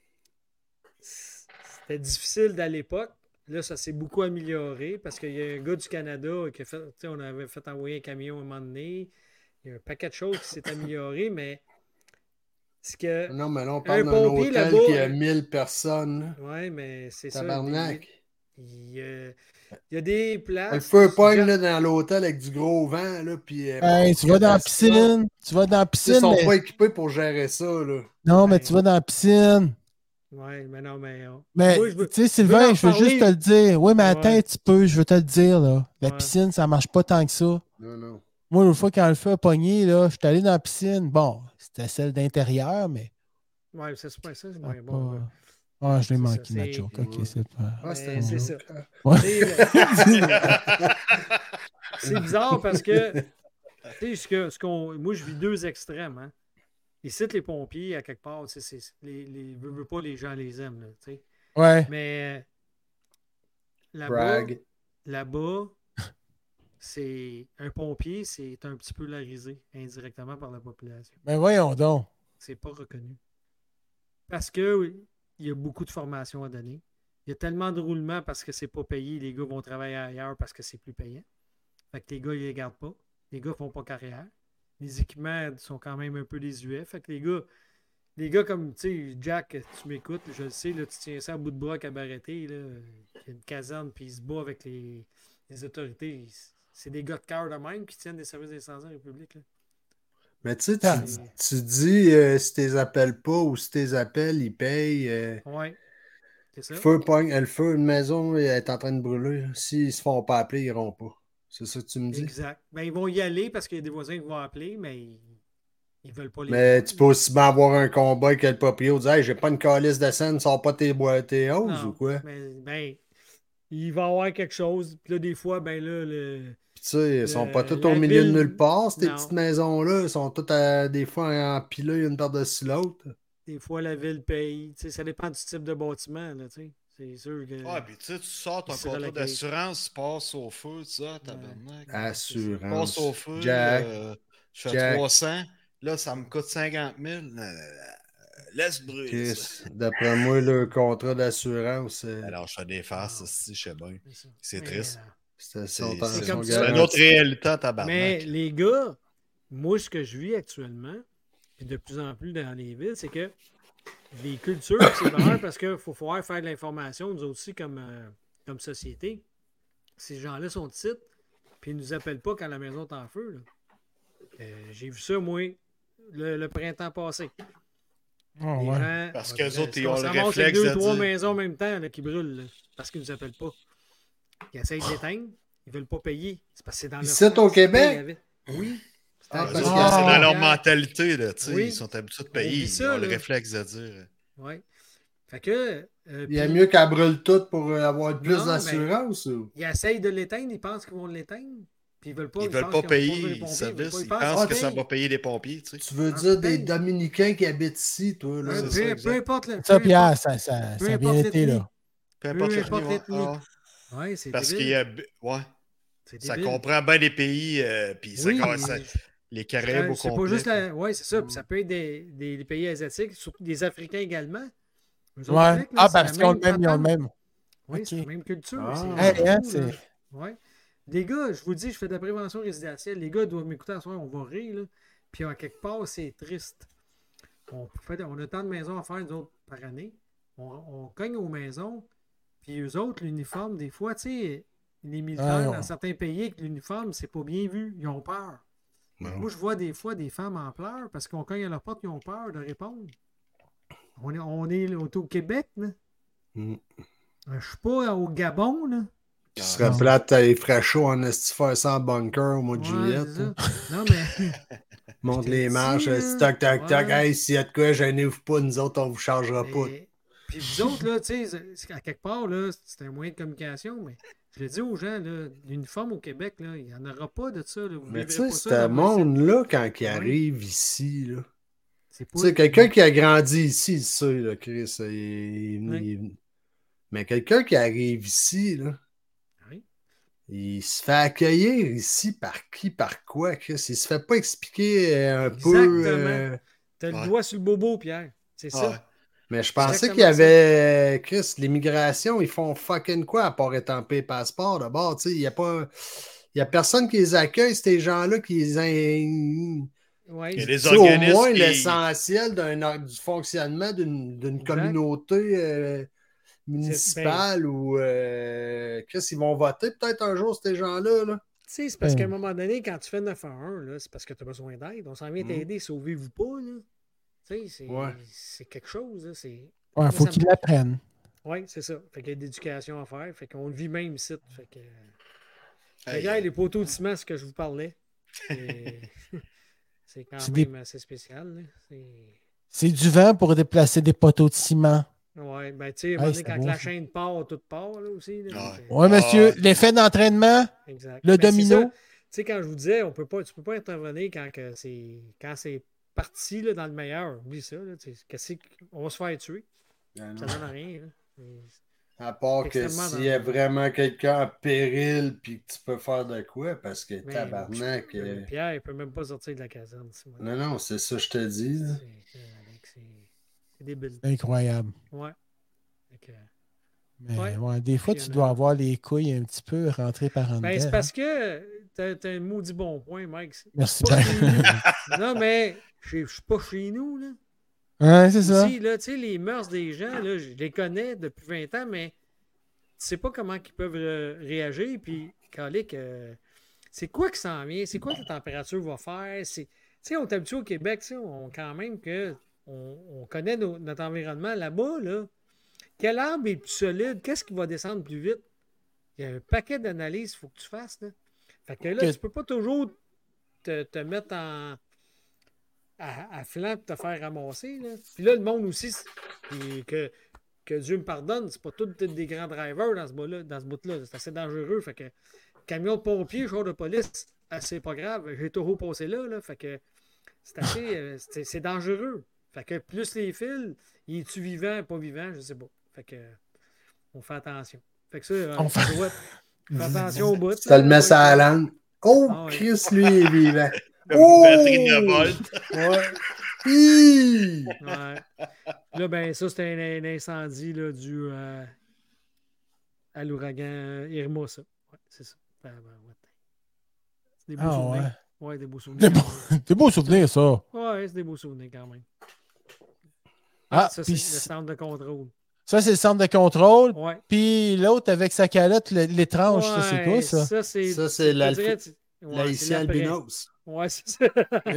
c'était difficile à l'époque. Là, ça s'est beaucoup amélioré parce qu'il y a un gars du Canada qui a fait. Tu sais, on avait fait envoyer un camion à un moment donné. Il y a un paquet de choses qui s'est amélioré, mais. C'est que. Non, mais là, on parle Un d'un pompier hôtel là-bas, qui a hein. mille personnes, là. Ouais, mais c'est ça. Tabarnak. des- Il, euh, il y a des places. Le feu pogne Jean- là, dans l'hôtel avec du gros vent, là, puis... euh, Hey, tu vas dans la piscine. Tu vas dans la Ils piscine. sont Mais... pas équipés pour gérer ça, là. Non, mais Ouais. tu vas dans la piscine. Ouais, mais non, mais. euh, Mais, moi, je veux- tu sais, en Sylvain, je veux parler. juste te le dire. Oui, mais attends Ouais. un petit peu, je veux te le dire, là. La Ouais. piscine, ça marche pas tant que ça. Non, non. Moi, l'autre fois, quand le feu a pogné, là, je suis allé dans la piscine. Bon, c'était celle d'intérieur, mais. Ouais, c'est super ça, c'est ça moins a bon. ouais. pas- Ah, je l'ai C'est manqué, ça, ma c'est- joke. Ok, Ouais. c'est pas. Ah, c'était Mais une c'est joke. Ouais. C'est c'est bizarre parce que, tu sais, ce que, ce qu'on, moi, je vis deux extrêmes. Hein. Ici, les pompiers, à quelque part, tu sais, c'est- les, les, veux, veux pas, les gens les aiment. Là, tu sais. Ouais. Mais là-bas, Brag. là-bas, c'est un pompier, c'est un petit peu larisé indirectement par la population. Mais voyons donc. C'est pas reconnu. Parce que oui, il y a beaucoup de formations à donner. Il y a tellement de roulements parce que c'est pas payé. Les gars vont travailler ailleurs parce que c'est plus payant. Fait que les gars, ils les gardent pas. Les gars font pas carrière. Les équipements sont quand même un peu désuets. Fait que les gars, les gars comme, tu sais, Jack, tu m'écoutes, je le sais, là, tu tiens ça à bout de bras cabareté, là. Il y a une caserne, puis il se bat avec les, les autorités. C'est des gars de cœur de même qui tiennent des services d'incendie en République, là. Mais tu sais, tu, Ah. tu dis, euh, si tu les appelles pas ou si tu les appelles, ils payent. Euh, Ouais. C'est ça. le feu pogne, le feu, une maison est en train de brûler. S'ils se font pas appeler, ils iront pas. C'est ça que tu me dis? Exact. Ben, ils vont y aller parce qu'il y a des voisins qui vont appeler, mais ils, ils veulent pas les Mais voir. tu peux aussi bien avoir un combat avec le propriétaire, dire hey, j'ai pas une calice de scène, sors pas tes boîtes tes hausses Non, ou quoi? mais, ben, il va y avoir quelque chose. Puis là, des fois, ben là, le. Puis tu sais, ils sont Le- pas tous la au milieu ville- de nulle part, ces Non. petites maisons-là. Ils sont toutes à- des fois empilées une par-dessus l'autre. Des fois, la ville paye. Tu sais, ça dépend du type de bâtiment, là, tu sais. C'est sûr que. Ouais, puis tu sais, tu sors ton Il sera contrat la d'assurance, tu passes au feu, tu sais, tabarnak. Tu Assurance. passes au feu, Jack. euh, je fais Jack. trois cents, là, ça me coûte cinquante mille. Non, non, non, laisse brûler ça. Chris, d'après moi, le contrat d'assurance, euh, Alors, je fais des farces, si je sais bien. C'est ça. C'est Mais, triste. euh, c'était C'est son temps. c'est son comme ça. c'est une garantie. autre réalité, tabarnak. Mais les gars, moi, ce que je vis actuellement, puis de plus en plus dans les villes, c'est que les cultures, c'est vrai parce qu'il faut pouvoir faire de l'information, nous aussi, comme, euh, comme société. Ces gens-là sont ici, puis ils ne nous appellent pas quand la maison est en feu. là. Euh, j'ai vu ça, moi, le, le printemps passé. Oh, Les ouais. gens, Parce ouais, qu'eux ben, autres, c'est ils qu'on ont se le ramasse avec réflexe deux, de trois dire- maisons en même temps là, qui brûlent là, parce qu'ils ne nous appellent pas. Ils essayent de l'éteindre, ils ne veulent pas payer. C'est parce que c'est dans leur Ici, au France, Québec? ils avaient- Oui. C'est Ah, à Eux parce autres, que- c'est dans leur Ah. mentalité, là, tu sais, Oui. ils sont habitués de On payer, vit ils ça, ont le là. réflexe de dire. Ouais. Fait que. euh, Il y a puis, mieux qu'elle brûle tout pour euh, avoir plus Non, d'assurance. ou? Ils essayent de l'éteindre, ils pensent qu'ils vont l'éteindre. Puis ils veulent pas. Ils veulent pensent pas qu'ils vont payer besoin des le pompiers, service, veulent ils pas- pensent pensent que ça qu'ils va payer les pompiers, tu sais. Tu veux Ah, dire des peut-être. Dominicains qui habitent ici, toi, là? Ouais, c'est peu, ça, peu exact. importe le. Ça, peu Pierre, importe- ça, ça, peu ça a bien importe été, l'ethnie. là. Peu importe Peu le importe niveau, l'ethnie. ah, Ouais, c'est parce qu'il débile. y a. Ouais, C'est ça débile. comprend bien les pays, euh, puis ça, Oui, ça- je- les Caraïbes au C'est pas complet. juste la. Oui, c'est ça. Mm. Puis ça peut être des, des, des pays asiatiques, surtout des Africains également. Eux autres Ouais. avec, là, Ah, c'est parce la qu'ils ont le même, ils ont le patente. même. Oui, Ok. c'est la même culture. Ah. c'est Hey, c'est hein, fou, c'est- là. Ouais. Les gars, je vous dis, je fais de la prévention résidentielle. Les gars doivent m'écouter à soir, on va rire. Là. Puis à quelque part, c'est triste. On, fait, on a tant de maisons à faire, nous autres, par année. On, on cogne aux maisons. Puis eux autres, l'uniforme, des fois, tu sais, les militaires Ah, dans non. certains pays, avec l'uniforme, c'est pas bien vu. Ils ont peur. Non. Moi, je vois des fois des femmes en pleurs parce qu'on cogne à leur porte, ils ont peur de répondre. On est, on est au au Québec, là. Mm. Je suis pas au Gabon, là. Ce serait Non. plate, il ferait chaud en esti faire ça en bunker au mois de Ouais, juillet. c'est hein. ça. Non, mais. Monte Je te les dis, marches, là. esti, toc, toc, toc. Ouais. Hey, s'il y a de quoi, gênez-vous pas, nous autres, on vous chargera pas. mais- Puis vous autres, là, tu sais, c'est- à quelque part, là, c'est un moyen de communication, mais je le dis aux gens, là, l'uniforme au Québec, là, il n'y en aura pas de ça. Là. Vous Mais vivrez tu sais, pas ça ce dans vos sites. monde-là, quand il Ouais. arrive ici, là. C'est pas- Tu sais, quelqu'un qui a grandi ici, il sait, là, Chris. il- il- Ouais. il- Mais quelqu'un qui arrive ici, là, Oui. il se fait accueillir ici par qui, par quoi, Chris? Il se fait pas expliquer euh, un Exactement. peu. euh, T'as le Ouais. doigt sur le bobo, Pierre. C'est Ah, ça. ouais. Mais je pensais Exactement qu'il y avait. Chris, l'immigration, ils font fucking quoi à part étamper passeport d'abord, tu sais. Il y a pas. Il y a personne qui les accueille, ces gens-là qui les. in- Ouais. Il y a des Tu sais, au organismes moins qui- l'essentiel d'un or- du fonctionnement d'une d'une Exact. communauté euh, municipales ou euh, qu'est-ce qu'ils vont voter peut-être un jour, ces gens-là. Là. Tu sais, c'est parce Ouais. qu'à un moment donné, quand tu fais neuf un un, là, c'est parce que tu as besoin d'aide. On s'en vient Mm. t'aider, sauvez-vous pas. Là. Tu sais, c'est, Ouais. c'est quelque chose. Là. C'est... Ouais, Moi, faut ça me- qu'ils l'apprennent. Oui, c'est ça. Fait qu'il y a de l'éducation à faire. Fait qu'on le vit même ici. Fait que. Hey, Regarde, les poteaux de ciment, ce que je vous parlais. C'est, c'est quand C'est même des- assez spécial. Là. C'est... C'est du vent pour déplacer des poteaux de ciment. Ouais, ben tu sais, à un Ouais, moment donné, c'est quand beau, la ça. chaîne part, tout part là aussi. Là, Ouais. Fait que- Ouais, monsieur, Ah. l'effet d'entraînement, Exact. le Ben, c'est ça. domino. Tu sais, quand je vous disais, on peut pas, tu peux pas intervenir quand que c'est quand c'est parti là, dans le meilleur. Oublie ça. Là, tu sais, qu'est-ce qu'on va se faire tuer. Ah, non. Ça donne rien. Là. Mais- À part que Extrêmement s'il y a dangereux. vraiment quelqu'un en péril puis que tu peux faire de quoi, parce que mais- tabarnak. mais euh, Pierre, il peut même pas sortir de la caserne. c'est moi. Non, non, c'est ça que je te dis. là. C'est, c'est, c'est débile. C'est incroyable. Ouais. Fait que- Mais Ouais. ouais, des fois, Puis, tu il y en dois a- avoir les couilles un petit peu rentrées par en Ben, dedans, c'est hein. parce que t'as, t'as un maudit bon point, Mike. C'est Merci pas bien. chez nous. Non, mais je je suis pas chez nous, là. Ouais, c'est ça. Aussi, là, tu sais, les mœurs des gens, là, je les connais depuis vingt ans, mais tu sais pas comment ils peuvent euh, réagir. Puis, calique, euh, c'est quoi qui s'en vient? C'est quoi que la température va faire? C'est, tu sais, on est habitué au Québec, tu sais, on, quand même que on, on connaît nos- notre environnement là-bas, là. Quel arbre est plus solide? Qu'est-ce qui va descendre plus vite? Il y a un paquet d'analyses qu'il faut que tu fasses, là. Fait que là, Que- tu peux pas toujours te, te mettre en à, à flanc et te faire ramasser. Là. Puis là, le monde aussi, c'est- puis que, que Dieu me pardonne, c'est pas tous des grands drivers dans ce bout-là. Dans ce bout-là. C'est assez dangereux. Fait que camion de pompier, char de police, ah, c'est pas grave. J'ai toujours passé là, là. Fait que c'est assez. euh, c'est, c'est dangereux. Fait que plus les fils, il est-tu vivant, pas vivant, je sais pas. Fait que on fait attention. Fait que ça, euh, On fait- tu dois- fais attention au bout. Tu te le mets là. sur la langue. Oh, Ah ouais. Chris, lui, il est vivant. Une Oh! batterie de volt. Ouais. Hi! Ouais. Là, ben, ça, c'était un, un incendie là, dû euh, à l'ouragan Irma, ça. Ouais, c'est ça. Ben, ben, ouais. C'est des beaux Ah souvenirs. ouais. Ouais, des beaux Des souvenirs. beaux, des beaux souvenirs, ça. Ouais, c'est des beaux souvenirs quand même. Ah, ça, c'est puis le centre de contrôle. ça, c'est le centre de contrôle. Ouais. Puis l'autre avec sa calotte, le- l'étrange, ça, c'est quoi, Ouais, ça? Ça, c'est, Ça, c'est je l'alpha- dirais, tu- ouais, c'est L'haïtien l'après. albinos. Ouais, c'est ça.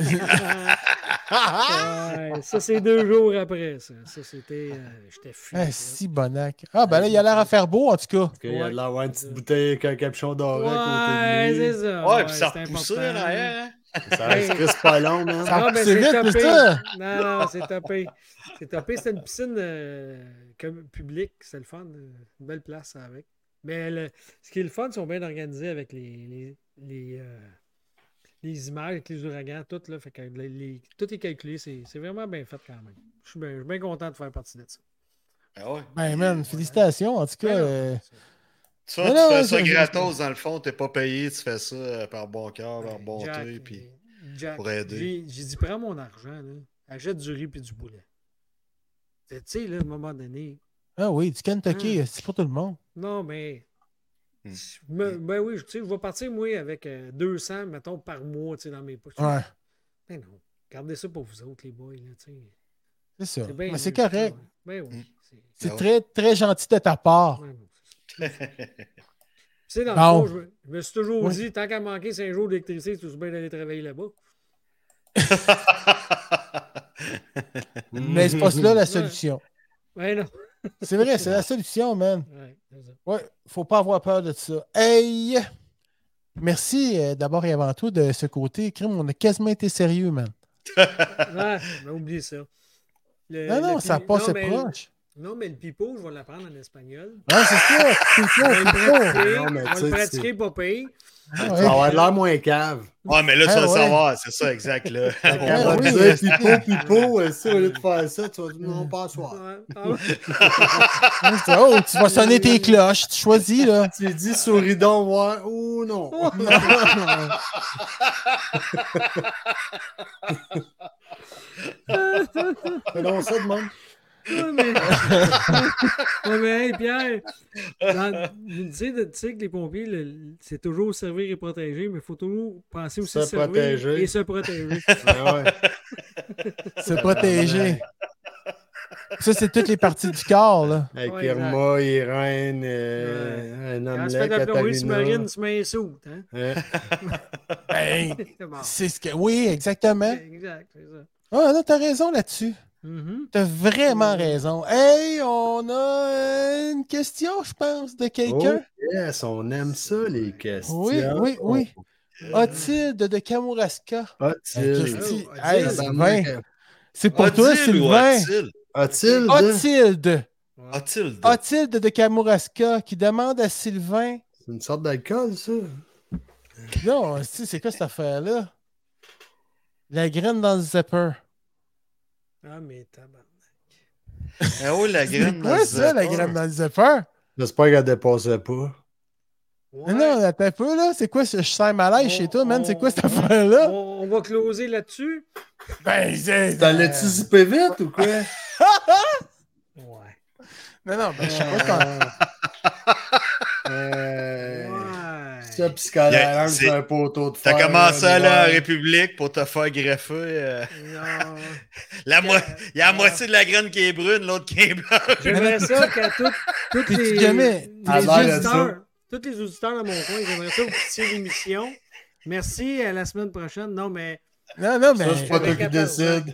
Ouais, ça, c'est deux jours après, ça. Ça, c'était... euh, j'étais fou. Ah, si bonac. Ah, ben là, il a l'air à faire beau, en tout cas. Parce qu'il y a Ouais. de l'avoir une petite bouteille avec un capuchon doré Ouais, à côté de c'est lui. ça. Ouais, puis ça c'est repoussait important. en arrière. Hein? Ça reste Chris pas long, man. Ça- Non, mais c'est c'est vite, topé. mais ça. Non, non, c'est topé. C'est topé. C'était une piscine euh, comme publique. C'était le fun. euh, Une belle place ça, avec. Mais le- ce qui est le fun, ils sont bien organisés avec les, les, les, euh, les images, avec les ouragans, tout. Là, fait que les- les- tout est calculé. C'est c'est vraiment bien fait quand même. Je suis bien, je suis bien content de faire partie de ça. Ah ouais. Ben, man, félicitations, en tout cas. Ben non, euh, Ça, Mais tu non, fais je- ça je- gratos, dans le fond, t'es pas payé, tu fais ça euh, par bon cœur, par Ben, bonté, Jack, puis euh, Jack, pour aider. J'ai j'ai dit, prends mon argent, là, achète du riz et du poulet. Tu sais, là, à un moment donné, Ah oui, du Kentucky, Ah. c'est pour tout le monde. non, mais. Hmm. je me- ben oui, tu sais, je vais partir, moi, avec euh, deux cents, mettons, par mois, tu sais, dans mes poches. Ouais, Ben non, gardez ça pour vous autres, les boys, là, tu sais. c'est ça. C'est bien Mais c'est mieux, correct. ça, ouais. Ben oui. Hmm. c'est- C'est Ah ouais. très, très gentil de ta part. ouais, non, c'est ça. Tu sais, dans Bon. le fond, je, me- je me suis toujours Oui. dit, tant qu'à manquer cinq jours d'électricité, c'est tout bien d'aller travailler là-bas. Mais c'est pas cela la solution. Ouais, non. C'est vrai, c'est la solution, man. Ouais, c'est ça. Ouais, faut pas avoir peur de ça. Hey! Merci euh, d'abord et avant tout de ce côté. Crime, on a quasiment été sérieux, man. Ouais, mais oubliez ça. Le- Non, non, le ça pi- passe non, mais- proche. Non, mais le pipeau, je vais l'apprendre en espagnol. Ouais, c'est ça. C'est Je vais ça, le c'est ça. pratiquer, Non, mais je vais tu le sais, pratiquer pas pire. Ah, Tu ouais. vas avoir de l'air moins cave. Ouais, mais là, tu Ah vas le ouais. savoir, c'est ça, exact. Là. Quand Ouais, on va oui, te dire mais- pipo, pipo, euh, si au lieu de faire ça, tu vas dire non, pas à soir. Ouais. Ah ouais. Oh, tu vas sonner tes cloches. Tu choisis, là. Tu dis souridon, ouais, ou non. Fais donc ça de même. Ouais, mais... ouais, mais hey, Pierre, dans- tu sais de- tu sais que les pompiers, le- c'est toujours servir et protéger, mais il faut toujours penser aussi Se servir protéger. et se protéger. Ouais, ouais. Se protéger. Ça, c'est toutes les parties du corps, là. Avec Ouais, Irma, Irène, euh, un Quand homme tu là, fais de la plomberie Katarina. sous-marine, tu mets un saut. Hein? Hein? Ben, C'est bon. c'est ce que... Oui, exactement. Exact, c'est ça. Ah non, t'as raison là-dessus. Mhm. T'as vraiment Euh, raison. Hey, on a euh, une question, je pense, de quelqu'un. Oh, yes, on aime ça, les questions. Oui, oui, oui. Othilde de Kamouraska. Othilde. Christy. Oh, Hey, Othilde. Sylvain. C'est pour toi, Odile ou Sylvain. Othilde? Othilde. Othilde. Ouais. Othilde. Othilde de Kamouraska qui demande à Sylvain. C'est une sorte d'alcool, ça. Non, c'est c'est quoi cette affaire-là? La graine dans le zipper. Ah, mais tabarnak. Ah oui, la C'est graine dans quoi le ça, la zipper. graine dans le zipper? J'espère qu'elle dépassait pas. Ouais. Non, non, attends un peu, là. C'est quoi ce je sers malaise On- chez toi, man? C'est quoi cette on- affaire-là? On, on va closer là-dessus. Ben, c'est... T'allais-tu zipper vite ou quoi? Ouais. Non, non, ben, je sais pas quand... Euh... Ouais. Ça, pis qu'elle Yeah, a la langue c'est- sur un poteau de fer. T'as commencé là, à aller à la l'hiver. République pour te faire greffer. euh, Non. la mo- Il y a la Ouais. moitié de la graine qui est brune, l'autre qui est blanche. J'aimerais ça qu'à toutes toutes Puis tu les, gammais. les À l'air de auditeurs, tous les auditeurs dans mon coin, j'aimerais ça que vous quittiez l'émission. Merci, à la semaine prochaine. Non, mais... Non, non, mais... Ça, c'est pas toi qui quatorze décide.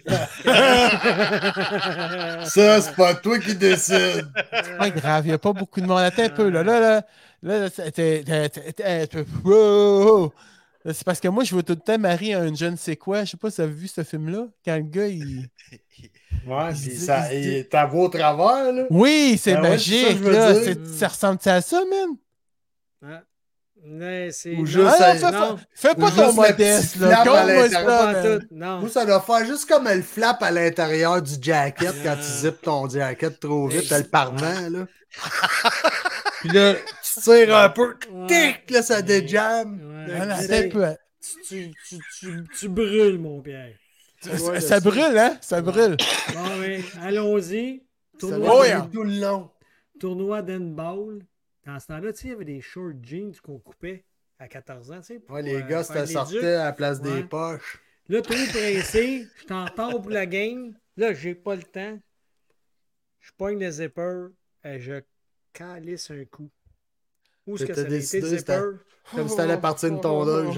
Ça, c'est pas toi qui décide. C'est pas grave, il n'y a pas beaucoup de monde. Attends un peu, là. Là, là, là, là, t'es- t'es- t'es- t'es- t'es- t'es- wow, wow, wow. C'est parce que moi, je veux tout le temps marier un je ne sais quoi. Je sais pas si vous avez vu ce film-là. Quand le gars, il... Ouais, Il pis dit- ça, il dit- il ta voix au travers, là. Oui, c'est Ben ouais, c'est ça que magique, je veux là. dire. C'est- Ça ressemble à ça, man? Ah. Mais c'est... Ou non, juste Ah, ça- non, fais, non, fais pas Ou ton juste le modeste, petit là. flap à Compte-moi l'intérieur. ça, pas man. tout. Non. Moi, ça doit faire juste comme elle flappe à l'intérieur du jacket quand tu Ah. zippes ton jacket trop vite, t'as le parement, là. Puis là, tu tires un peu, Ouais. tic, là, ça déjame. Ouais. Ah, non, Tu attends sais, un peu. tu, tu, tu, tu brûles, mon Pierre. Ouais, Ça, je ça sais. brûle, hein? Ça brûle. Bon, mais allons-y. Ça Tournoi, Oh, va yeah. d'hand- tout le long. tournoi d'handball. Dans ce temps-là, tu sais, il y avait des short jeans qu'on coupait à quatorze ans, tu sais. pour, Ouais, les euh, gars, faire c'était les sorti ducs. à la place Ouais. des poches. Là, trop pressé, je suis en retard pour la game. Là, j'ai pas le temps. Je pogne le zipper et je calisse un coup. Où est-ce que T'as ça a été décidé, le c'était- zipper? Comme si t'allais partir une tondeuse,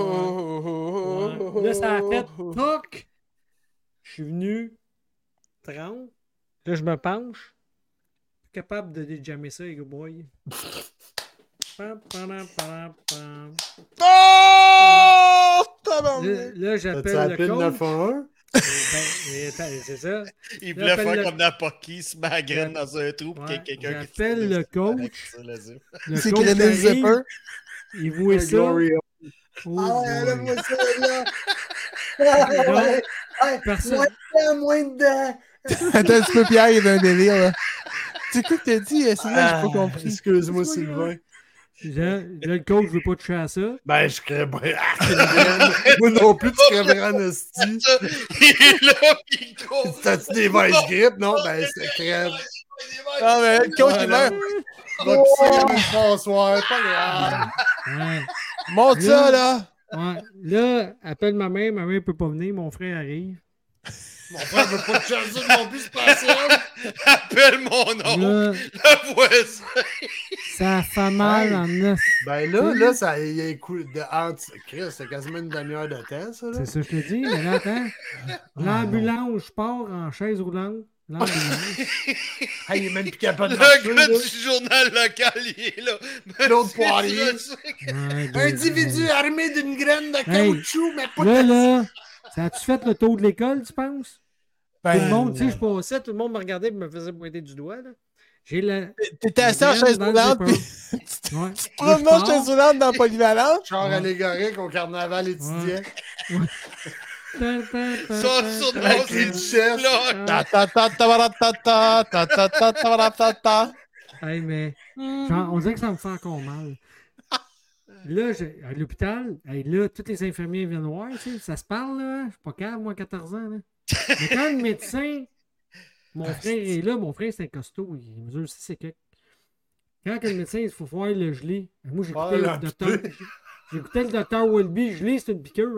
Ouais. Là, ça a fait toc. Je suis venu trente. Là, je me penche. Plus capable de déjammer ça, les gars, boy. Pam, pam, pam, pam. Oh! Là, Tabarnak! là, T'as-tu j'appelle appelé le le coach. neuf un un? Ben, mais attends, c'est ça. Il Là, voulait appelle faire le- comme dans Pocky, il se met la graine dans un trou pour Ouais, qu'il y ait quelqu'un qui j'appelle tire le avec coach. ça, là, zip. Le C'est coach grainé le arrive, zipper. il voit ça. Glory. Oh Ah ouais, boy. là, moi, ça, là. Ah ouais. Ouais, Personne- moins dedans, moins dedans. Attends un petit peu, Pierre, il y avait un délire, là. C'est quoi que t'as dit, euh, Sylvain? J'ai pas compris. Excuse-moi, C'est pas Sylvain. Là, là, le coach veut pas toucher à ça. Ben, je crée bien. Ah, c'est une graine. Moi non plus, tu crèverais en esti. Il est là, puis il court. T'as-tu des vice grippe? Non, ben, c'est crève. Non, mais le coach, il Voilà. meurt. Va pisser comme une passoire, pas grave. Ouais. Monte ça, là. Ouais. Là, appelle ma mère. Ma mère peut pas venir. Mon frère arrive. Mon frère veut pas te changer de mon plus spatial. Appelle mon nom. Là, Le voisin. ça fait mal Hey. en neuf. Ben là, là, ça y a écoulé de entre. Chris, c'est quasiment une demi-heure de temps, ça, là. C'est ça que je te dis. Mais là, attends. L'ambulance, je pars en chaise roulante. L'ambulance. Hey, il est même plus capable Le de marcher, gars là. du journal local, il est là. Claude Monsieur Poirier. Trocek. Ouais, deux- Individu armé d'une graine de Hey. caoutchouc, mais pas Là, de... là, ça a-tu fait le tour de l'école, tu penses? Tout le Ben, monde, tu sais, je passais, tout le monde me regardait et me faisait pointer du doigt, là. J'ai la... t'étais assis en chaise Dans le roulante, zipper. puis tu Ouais. te promenais en chaise roulante dans Polyvalente. Genre allégorique au carnaval étudiant. Son surnom, Avec c'est les du chefs. Flock. Ta ta ta ta ta ta ta ta ta ta ta ta ta. Hey, mais genre, on dirait que ça me fait encore mal. Là, j'ai- à l'hôpital, hey, là, tous les infirmiers viennent voir, tu sais, ça se parle, là. Je suis pas calme, moi, quatorze ans, là. Mais quand le médecin, mon frère est là, mon frère, c'est un costaud, il mesure six et quelques. Quand que le médecin, il faut faire le gelé. Moi, j'écoutais Ah, le docteur. J'écoutais le docteur Welby, gelé, c'est une piqûre, hein.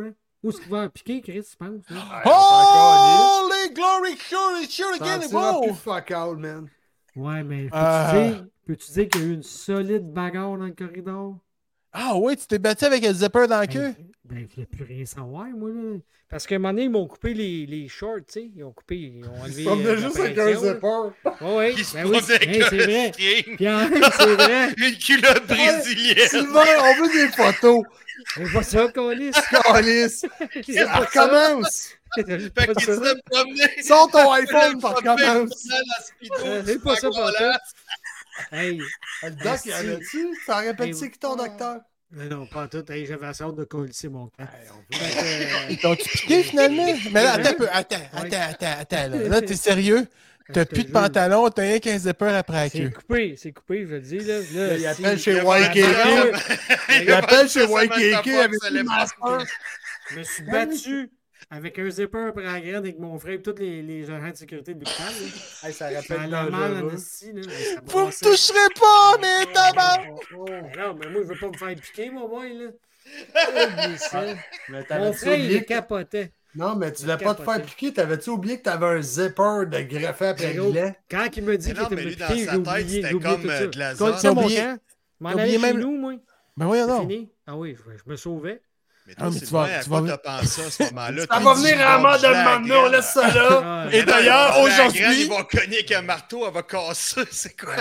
Où est-ce qu'il va piquer, Chris, tu penses? Hein? Ouais, on s'en calisse. Holy glory, sure, sure again, T'en tireras plus wow! fuck out, man. Ouais, mais peux-tu Euh. dire, peux-tu dire qu'il y a eu une solide bagarre dans le corridor? Ah oui, tu t'es battu avec un zipper dans la queue? Ben, ben il ne voulait plus rien savoir, moi, là. Parce qu'à un moment donné, ils m'ont coupé les, les shorts, tu sais. Ils ont coupé, ils ont enlevé. Ça venait euh, juste la avec un pression, là. zipper. Oh, oui, Qui se ben oui, promenait avec hey, c'est un vrai. string. Puis en même, c'est vrai. Une culotte brésilienne. Sylvain, on veut des photos. C'est pas ça, Colis. Calice. C'est Ça pas ça. recommence. Fait qu'il se promenait. Sors ton Le iPhone, ça promenait recommence. dans la speedo, Euh, du C'est pas ça, Frank pas Wallace. Hey, Le doc, il y en a-tu? Ça aurait pas dit qui ton docteur? mais non, pas tout. Hey, j'avais assez hâte de colisser mon camp. Hey, on veut- Fait que, euh, Ils t'ont-tu piqué finalement? Mais là, attends un peu, attends, Ouais. attends, attends, attends. Là, là t'es sérieux? T'as Je te plus de jure. pantalon, t'as rien qu'un zipper après la C'est queue. coupé, c'est coupé, je le dis. Là, là, Là, il si- appelle chez Il y a Y K vraiment- K. Il appelle chez Y K K avec ça une master. Je me suis battu avec un zipper après la graine avec mon frère et tous les, les agents de sécurité de l'hôpital. là. Hey, ça Ça rappelle allait mal en dangereux. esti, là. mais ça Vous me brassait. toucherez pas, mais tabac! Mais non, mais moi, je veux pas me faire piquer, moi, moi, là. Oublie ça. Mais Mon t'avais-tu frère, il oublié que... capotait. Non, mais tu voulais Il pas te faire capotait. piquer. T'avais-tu oublié que t'avais un zipper de greffé après Mais gros, gilet? Quand il me dit Mais qu'il non, était mais me lui, dans piquer, sa j'ai tête, oublié, c'était j'ai oublié comme, tout euh, ça. de la Je collais zone. ça, mon Oublié- camp. M'en oublié allais chez même- nous, moi. Ben voyons C'est donc. fini. Ah oui, je, je me sauvais. Mais Ah, toi, mais tu Sylvain, vas- à tu quoi vas- t'as pensé à ce moment-là? Ça T'as va dit, venir ils à vont mort de geler la demander, on graine. laisse ça là. Ah, Et Non, d'ailleurs, ils vont geler la aujourd'hui- graine, Ils vont cogner avec un marteau, elle va casser. C'est quoi?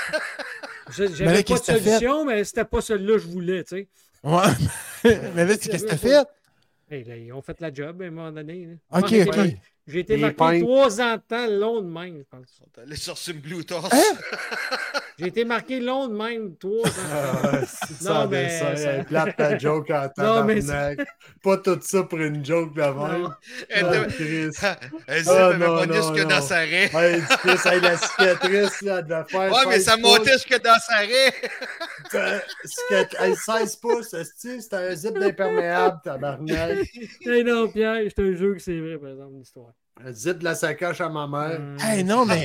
je- Mais là, J'avais pas qu'est-ce de que t'as fait? solution, mais c'était pas celle-là que je voulais, tu sais. Ouais. Mais là, c'est qu'est-ce que t'as fait? Hey, là, ils ont fait la job à un moment donné. là. Ok, Moi, j'ai été ok. mar- J'ai été Les marqué pintes. trois ans de temps long de même, je pense. Ils sont allés chercher une Bluetooth. Hein? J'ai été marqué long de même, trois ans. Ah, c'est Non, ça, mais dessin. ça- Elle plate ta joke en Non, mais tabarnak. Pas tout ça pour une joke de même. Non. Elle Ah, devait- Chris. Elle dit, Ah, elle avait non, pogné non, jusque non. dans sa raie. Hey, Chris, hey, la cicatrice, là, elle devait faire Ouais, mais seize ça pouces. montait jusque dans sa raie. Euh, cicat- hey, seize pouces, esti, c'était un zip d'imperméable, tabarnak. Hey, non, Pierre, je te jure que c'est vrai, par exemple, l'histoire. Un zip de la sacoche à ma mère. Euh, Hey, non, mais.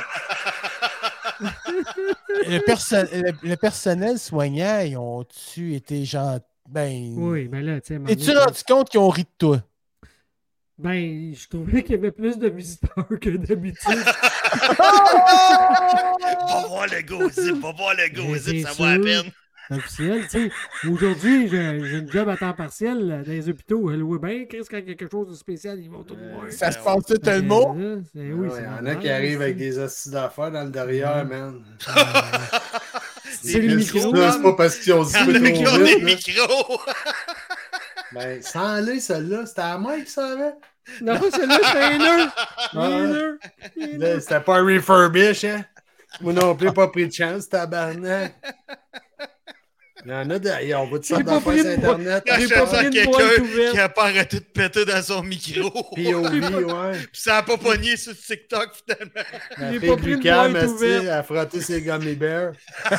le, perso- le, le personnel soignant, ils ont-tu été genre. Ben. Oui, mais là, tu sais, à un moment T'es-tu donné, rendu compte qu'ils ont ri de toi? ben, je trouvais qu'il y avait plus de visiteurs que d'habitude. Va voir le go zip, va voir le go Mais zip, ça c'est vaut la sûr. peine. C'est officiel, tu sais. Aujourd'hui, j'ai j'ai une job à temps partiel là, dans les hôpitaux. Elle voit bien, Chris, quand il y a quelque chose de spécial, ils vont tout voir. Ça se passe tout le mot? Euh, c'est- oui, Il c'est y en a normal, qui arrivent avec c'est- des astuces d'affaires dans le derrière, man. C'est le Chris, micro. là, c'est pas parce qu'ils ont Il y en zippé a qui trop ont des vite. là. micros. Ben, sans aller, celle-là, c'était à moi qui savait. Non, celle-là, c'est un nœud. Ah, Un nœud. Un nœud. Là, c'était pas un refurbish, hein. Moi non plus, pas pris de chance, tabarnak. Il y en a derrière, on va te J'ai sortir pas d'affaires pris sur de Internet. Quand J'ai je pas faisais pris une quelqu'un boîte ouverte. qui a pas arrêté de péter dans son micro. P O V, ouais. Puis ça a pas pogné sur TikTok, finalement. La J'ai fille pas de pris une Lucam, boîte elle, tu sais, ouverte. elle a frotté ses gummy bears.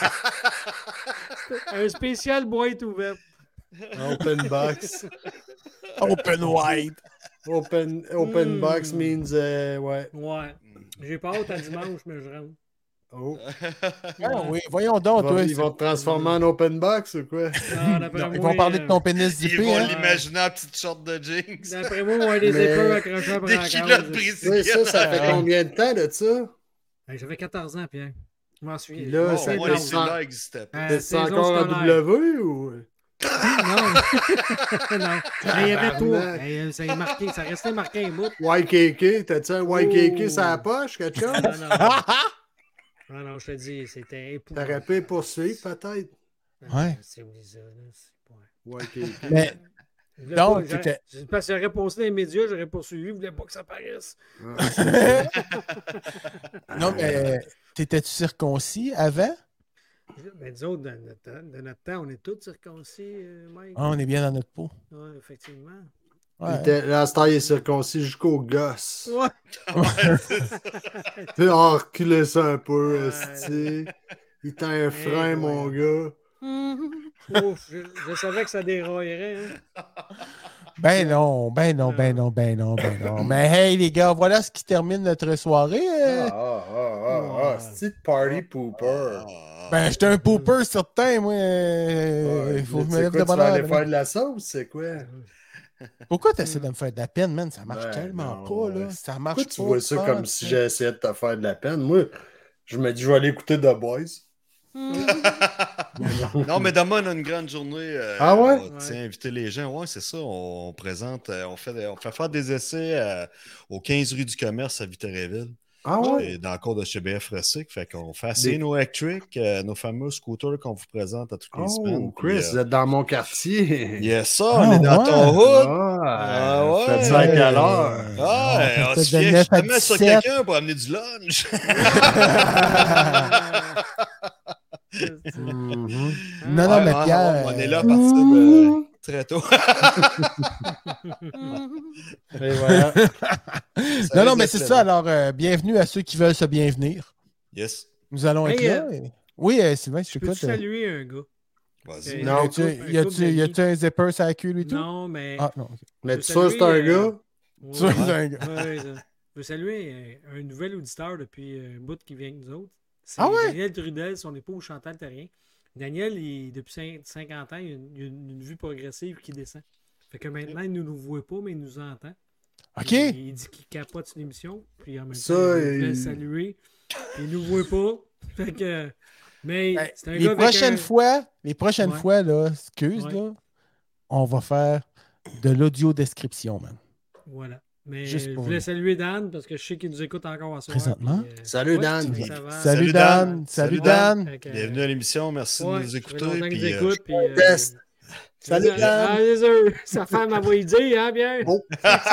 Un spécial boîte ouverte. Open box. Open wide. Open, open Mm. box means, euh, ouais. Ouais. J'ai pas hâte à dimanche, mais je rentre. Oh. Ah oui, voyons donc, Ils toi. vont, ils vont te transformer en open box ou quoi? Non, d'après Non, ils moi, vont parler euh, de ton pénis Ils zippé, vont hein? l'imaginer en petite short de jeans. D'après moi, on va des Mais- épées accrochées après Des la culottes case. Oui, brésiliennes. ça, ça fait Ah. combien de temps de ça? Hey, J'avais quatorze ans, Pierre. Je m'en souviens. Puis Je là, m'en Bon, ça souviens moi, de les l'âge. cellulaires n'existaient pas. Euh, C'est saison encore en scolaire. W ou? Non. non. Mais il y avait toi. Tabarnak. Hey, ça, est marqué, ça restait marqué un bout. Y K K, t'as-tu un Y K K Oh. sur la poche, quelque chose? Non, non. Non, non, je te dis, c'était épouvantable. T'aurais pu poursuivre, peut-être? Ouais. C'est oublie ça, là. C'est pas- Y K K. Mais, Je voulais Donc, pas- j'aurais- t'étais- c'est parce que j'aurais posté dans les médias, j'aurais poursuivi, je voulais pas que ça paraisse. non, mais, t'étais-tu circoncis avant? Mais nous autres, dans notre, temps, dans notre temps, on est tous circoncis, euh, Mike. Ah, on est bien dans notre peau. Ouais, effectivement. Il Ouais. était- Là, ce temps, il est circoncis jusqu'au gosse. Ouais. Tu sais, on reculait ça un peu, Ouais. esti. Il t'a un frein, ouais. mon gars. Ouf, je, je savais que ça déraillerait. Hein. Ben non, ben non, ben non, ben non, ben non. Mais hey, les gars, voilà ce qui termine notre soirée. euh. Ah, ah, ah, ah, c'est party pooper. Ben, j'étais un pooper certain, moi. euh, Il faut que je me C'est lève quoi, de tu vas bonheur. aller là. faire de la sauce, c'est quoi? Pourquoi tu essaies de me faire de la peine, man? Ça marche Ben, tellement non, pas, là. ouais. Ça marche Pourquoi pas. tu vois ça pas, comme tu si sais. j'essayais de te faire de la peine? Moi, je me dis, je vais aller écouter The Boys. Non, mais demain, on a une grande journée. euh, Ah ouais? On tient à inviter les gens. Ouais, c'est ça. On, on présente, euh, on fait, on fait faire des essais euh, au quinze rue du Commerce à Victoriaville. Ah ouais? Et dans le cours de chez B F Recyc. Fait qu'on fait Des- essayer nos Electric, euh, nos fameux scooters qu'on vous présente à toutes les semaines. Oh, Puis, Chris, euh, vous êtes dans mon quartier. yes, ça, Ah, on est dans ouais. ton hood. Ah, Ah ouais. faites ça à quelle heure? Ah, on on fait se ça de fie neuf à justement sur dix-sept. quelqu'un pour amener du lunch. Mhm. Non, non, Ouais, mais ouais, Pierre. on est euh, là à partir de très tôt. Et voilà. Non, non, mais risque c'est d'être ça. là. Alors, euh, bienvenue à ceux qui veulent se bienvenir. Yes. Nous allons être Hey, là. euh, et- Oui, euh, Sylvain, je Je peux t'écoute. euh, saluer un gars? Vas-y. Euh, Non. un Y a-tu- couple- un y a-tu couple y d'amis. a-tu un zipper sur la queue, lui, tout? Non, mais. Ah, non. ok. Mais Je tu veux sais, c'est un saluer, euh, gars? Ouais, Tu vois, ouais. c'est un gars. Ouais, ça. Je veux saluer un, un nouvel auditeur depuis un bout qui vient de nous autres. C'est Ah ouais? Daniel Trudel, son époux Chantal Terrien. Daniel, il, depuis cinq- cinquante ans, il a une, il a une- une vue progressive qui descend. Fait que maintenant, il ne nous voit pas, mais il nous entend. OK. Il, il dit qu'il capote sur l'émission. Puis en même Ça, temps, il voulait il- le saluer. Puis il nous voit pas. Fait que. Mais Ben, c'est un les gars avec prochaines un- fois, les prochaines Ouais. fois, là, excuse, Ouais. là, on va faire de l'audio-description, man. Voilà. Mais Juste je pour voulais nous. saluer Dan parce que je sais qu'il nous écoute encore à soir. Présentement? puis, euh, Salut, ouais, Dan. fait que ça va. Salut, Salut, Dan. Dan. Salut, Salut, Dan. Fait que, euh, Bienvenue à l'émission. Merci ouais, de nous ça fait écouter. longtemps qu'ils Puis, euh, écoutent, puis, euh, Test. Salut, Ah, Dan. ah, c'est sûr. Sa femme, elle va y dire, hein, bien? Oh.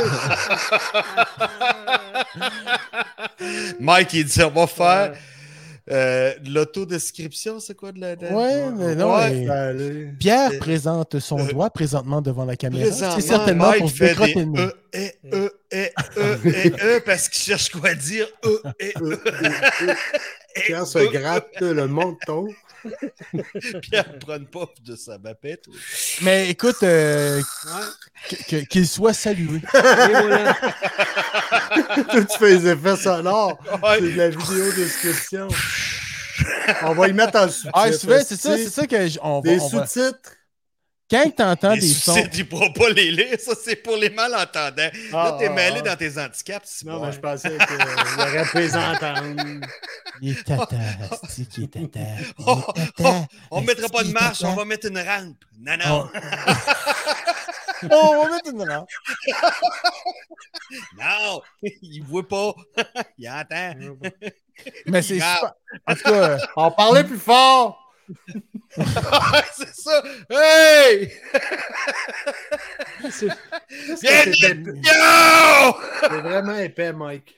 Mike, il dit on va faire euh, de l'autodescription. C'est quoi de la. de- Ouais, mais non, Ouais. mais Allez. Pierre Euh, présente son euh, doigt présentement devant la caméra. Présentement, C'est certainement Mike pour se fait décrotter des le nez. E, E, E, E, E, E, E, parce qu'il cherche quoi dire. E, E, Euh, E. euh, euh. Pierre se gratte le menton. Pierre prend une puff de sa bapette. Mais écoute, euh, Ouais. que- que- qu'il soit salué. Et voilà. Toi, tu fais les effets sonores. Ouais. C'est de la vidéo description. On va y mettre en sous-titres. Ah, Sylvain, c'est ça, c'est ça que j- on va. Des on va- sous-titres. Quand tu entends Les des sons. sous-titres, il ne pourra pas les lire. Ça, c'est pour les malentendants. Ah, Là, t'es ah, mêlé ah. dans tes handicaps. c'est Non, bon. mais je pensais qu'il aurait pu les entendre. Il est tata, c'est qui est tata. Il est Oh, tata, oh, on ne esti, mettra pas de marche, tata. on va mettre une rampe. Non, non, Oh. Oh, on va mettre une rampe. non. Il ne voit pas. Il entend. Mais c'est Grave. super. En tout cas, euh, On parlait plus fort. C'est ça. Hey! C'est- Viens, C'était- Yo! C'est vraiment épais, Mike.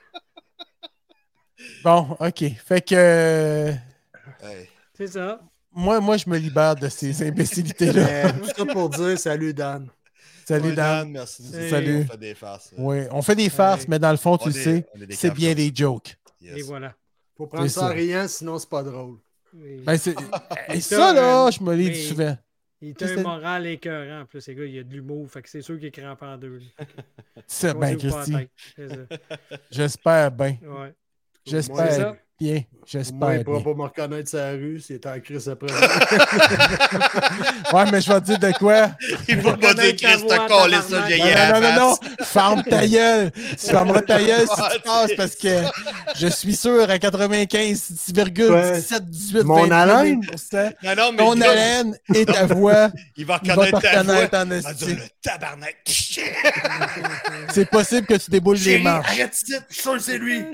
bon, OK. Fait que euh, Hey. C'est ça. moi, moi, je me libère de ces imbécilités-là. Mais tout ça pour dire salut, Dan. Salut, Ouais, Dan. merci. de nous Hey. Salut. On fait des farces. Oui, on fait des farces, Ouais. mais dans le fond, tu On le est- sais, on est des c'est caves bien comme des jokes. Yes. Et voilà. Faut prendre C'est ça en ça. riant, sinon c'est pas drôle. Et- Ben, c'est... Et Et ça, t'as, là, euh, je me l'ai dit mais- souvent. Il est un Qu'est-ce que- moral écœurant. En plus, ces gars, il y a de l'humour. Fait que c'est sûr qu'il est crampé en deux. là. Ça, On ben, ouvre pas la Christy, tête. C'est ça. j'espère bien. Ouais. C'est J'espère ça. bien. Moi, J'espère il pourra bien. pas me reconnaître sur la rue s'il est en crise après. Ouais, mais je vais te dire de quoi. Il va pas dire Christ ta a voix, collé ça, tabarnak. vieille Non, non, non, non, face. non. Ferme ta gueule. Tu fermeras ta gueule si Ah, tu passes c'est parce que je suis sûr à quatre-vingt-quinze virgule dix-sept, dix-huit, Mon vingt-huit haleine. pour cent, Non, non, mais ton le gars, haleine et ta voix, il va il va te reconnaître ta voix. reconnaître en Il va esti. dire le tabarnak. C'est possible que tu déboules les Chérie, marches. arrête ici, je suis sûr que c'est lui.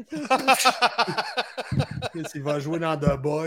Il va jouer dans The Boys.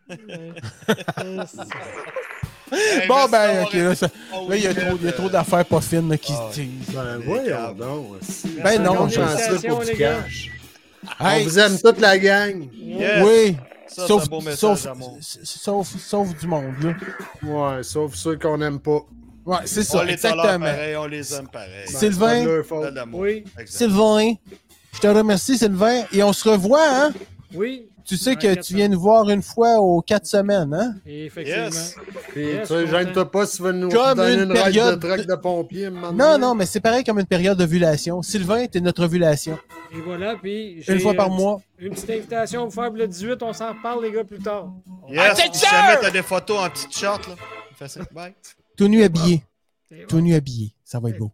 Hey, Bon, merci ben, d'avoir ok, là, ça- Oh, là, il y a week-end, trop, il y a euh, trop d'affaires pas fines là, qui Ah, se disent. Ben Les voyons câbles. donc. Ben non, on je- chance pour les du gars. cash. Hey, On vous aime toute la gang. Yes. oui, Ça, sauf, c'est un beau message sauf, d'amour. sauf, sauf du monde, là. Ouais, sauf ceux qu'on n'aime pas. Ouais, c'est On ça, les tolère exactement. pareil, on les aime pareil. Ben, Sylvain. c'est pas de leur Pas faute. d'amour. Oui. Exact. Sylvain, je te remercie, Sylvain, et on se revoit, hein? Oui. Tu sais Ouais, que quatre tu viens nous voir une fois aux quatre semaines, hein? Et effectivement. Yes. Puis, Yes, tu sais, content. gêne-toi pas si tu veux nous Comme donner une une, ride période de truck de- de pompier. un moment Non, donné. non, mais c'est pareil comme une période d'ovulation. Sylvain, t'es notre ovulation. Et voilà. Puis, j'ai, Une fois par euh, mois. Une petite invitation pour faire pour le dix-huit. On s'en reparle, les gars, plus tard. Yes. Attention! Si jamais t'as des photos en petite short, là. Fais ça. Bye. Tout nu habillé. Et Tout nu habillé. Ça va être beau.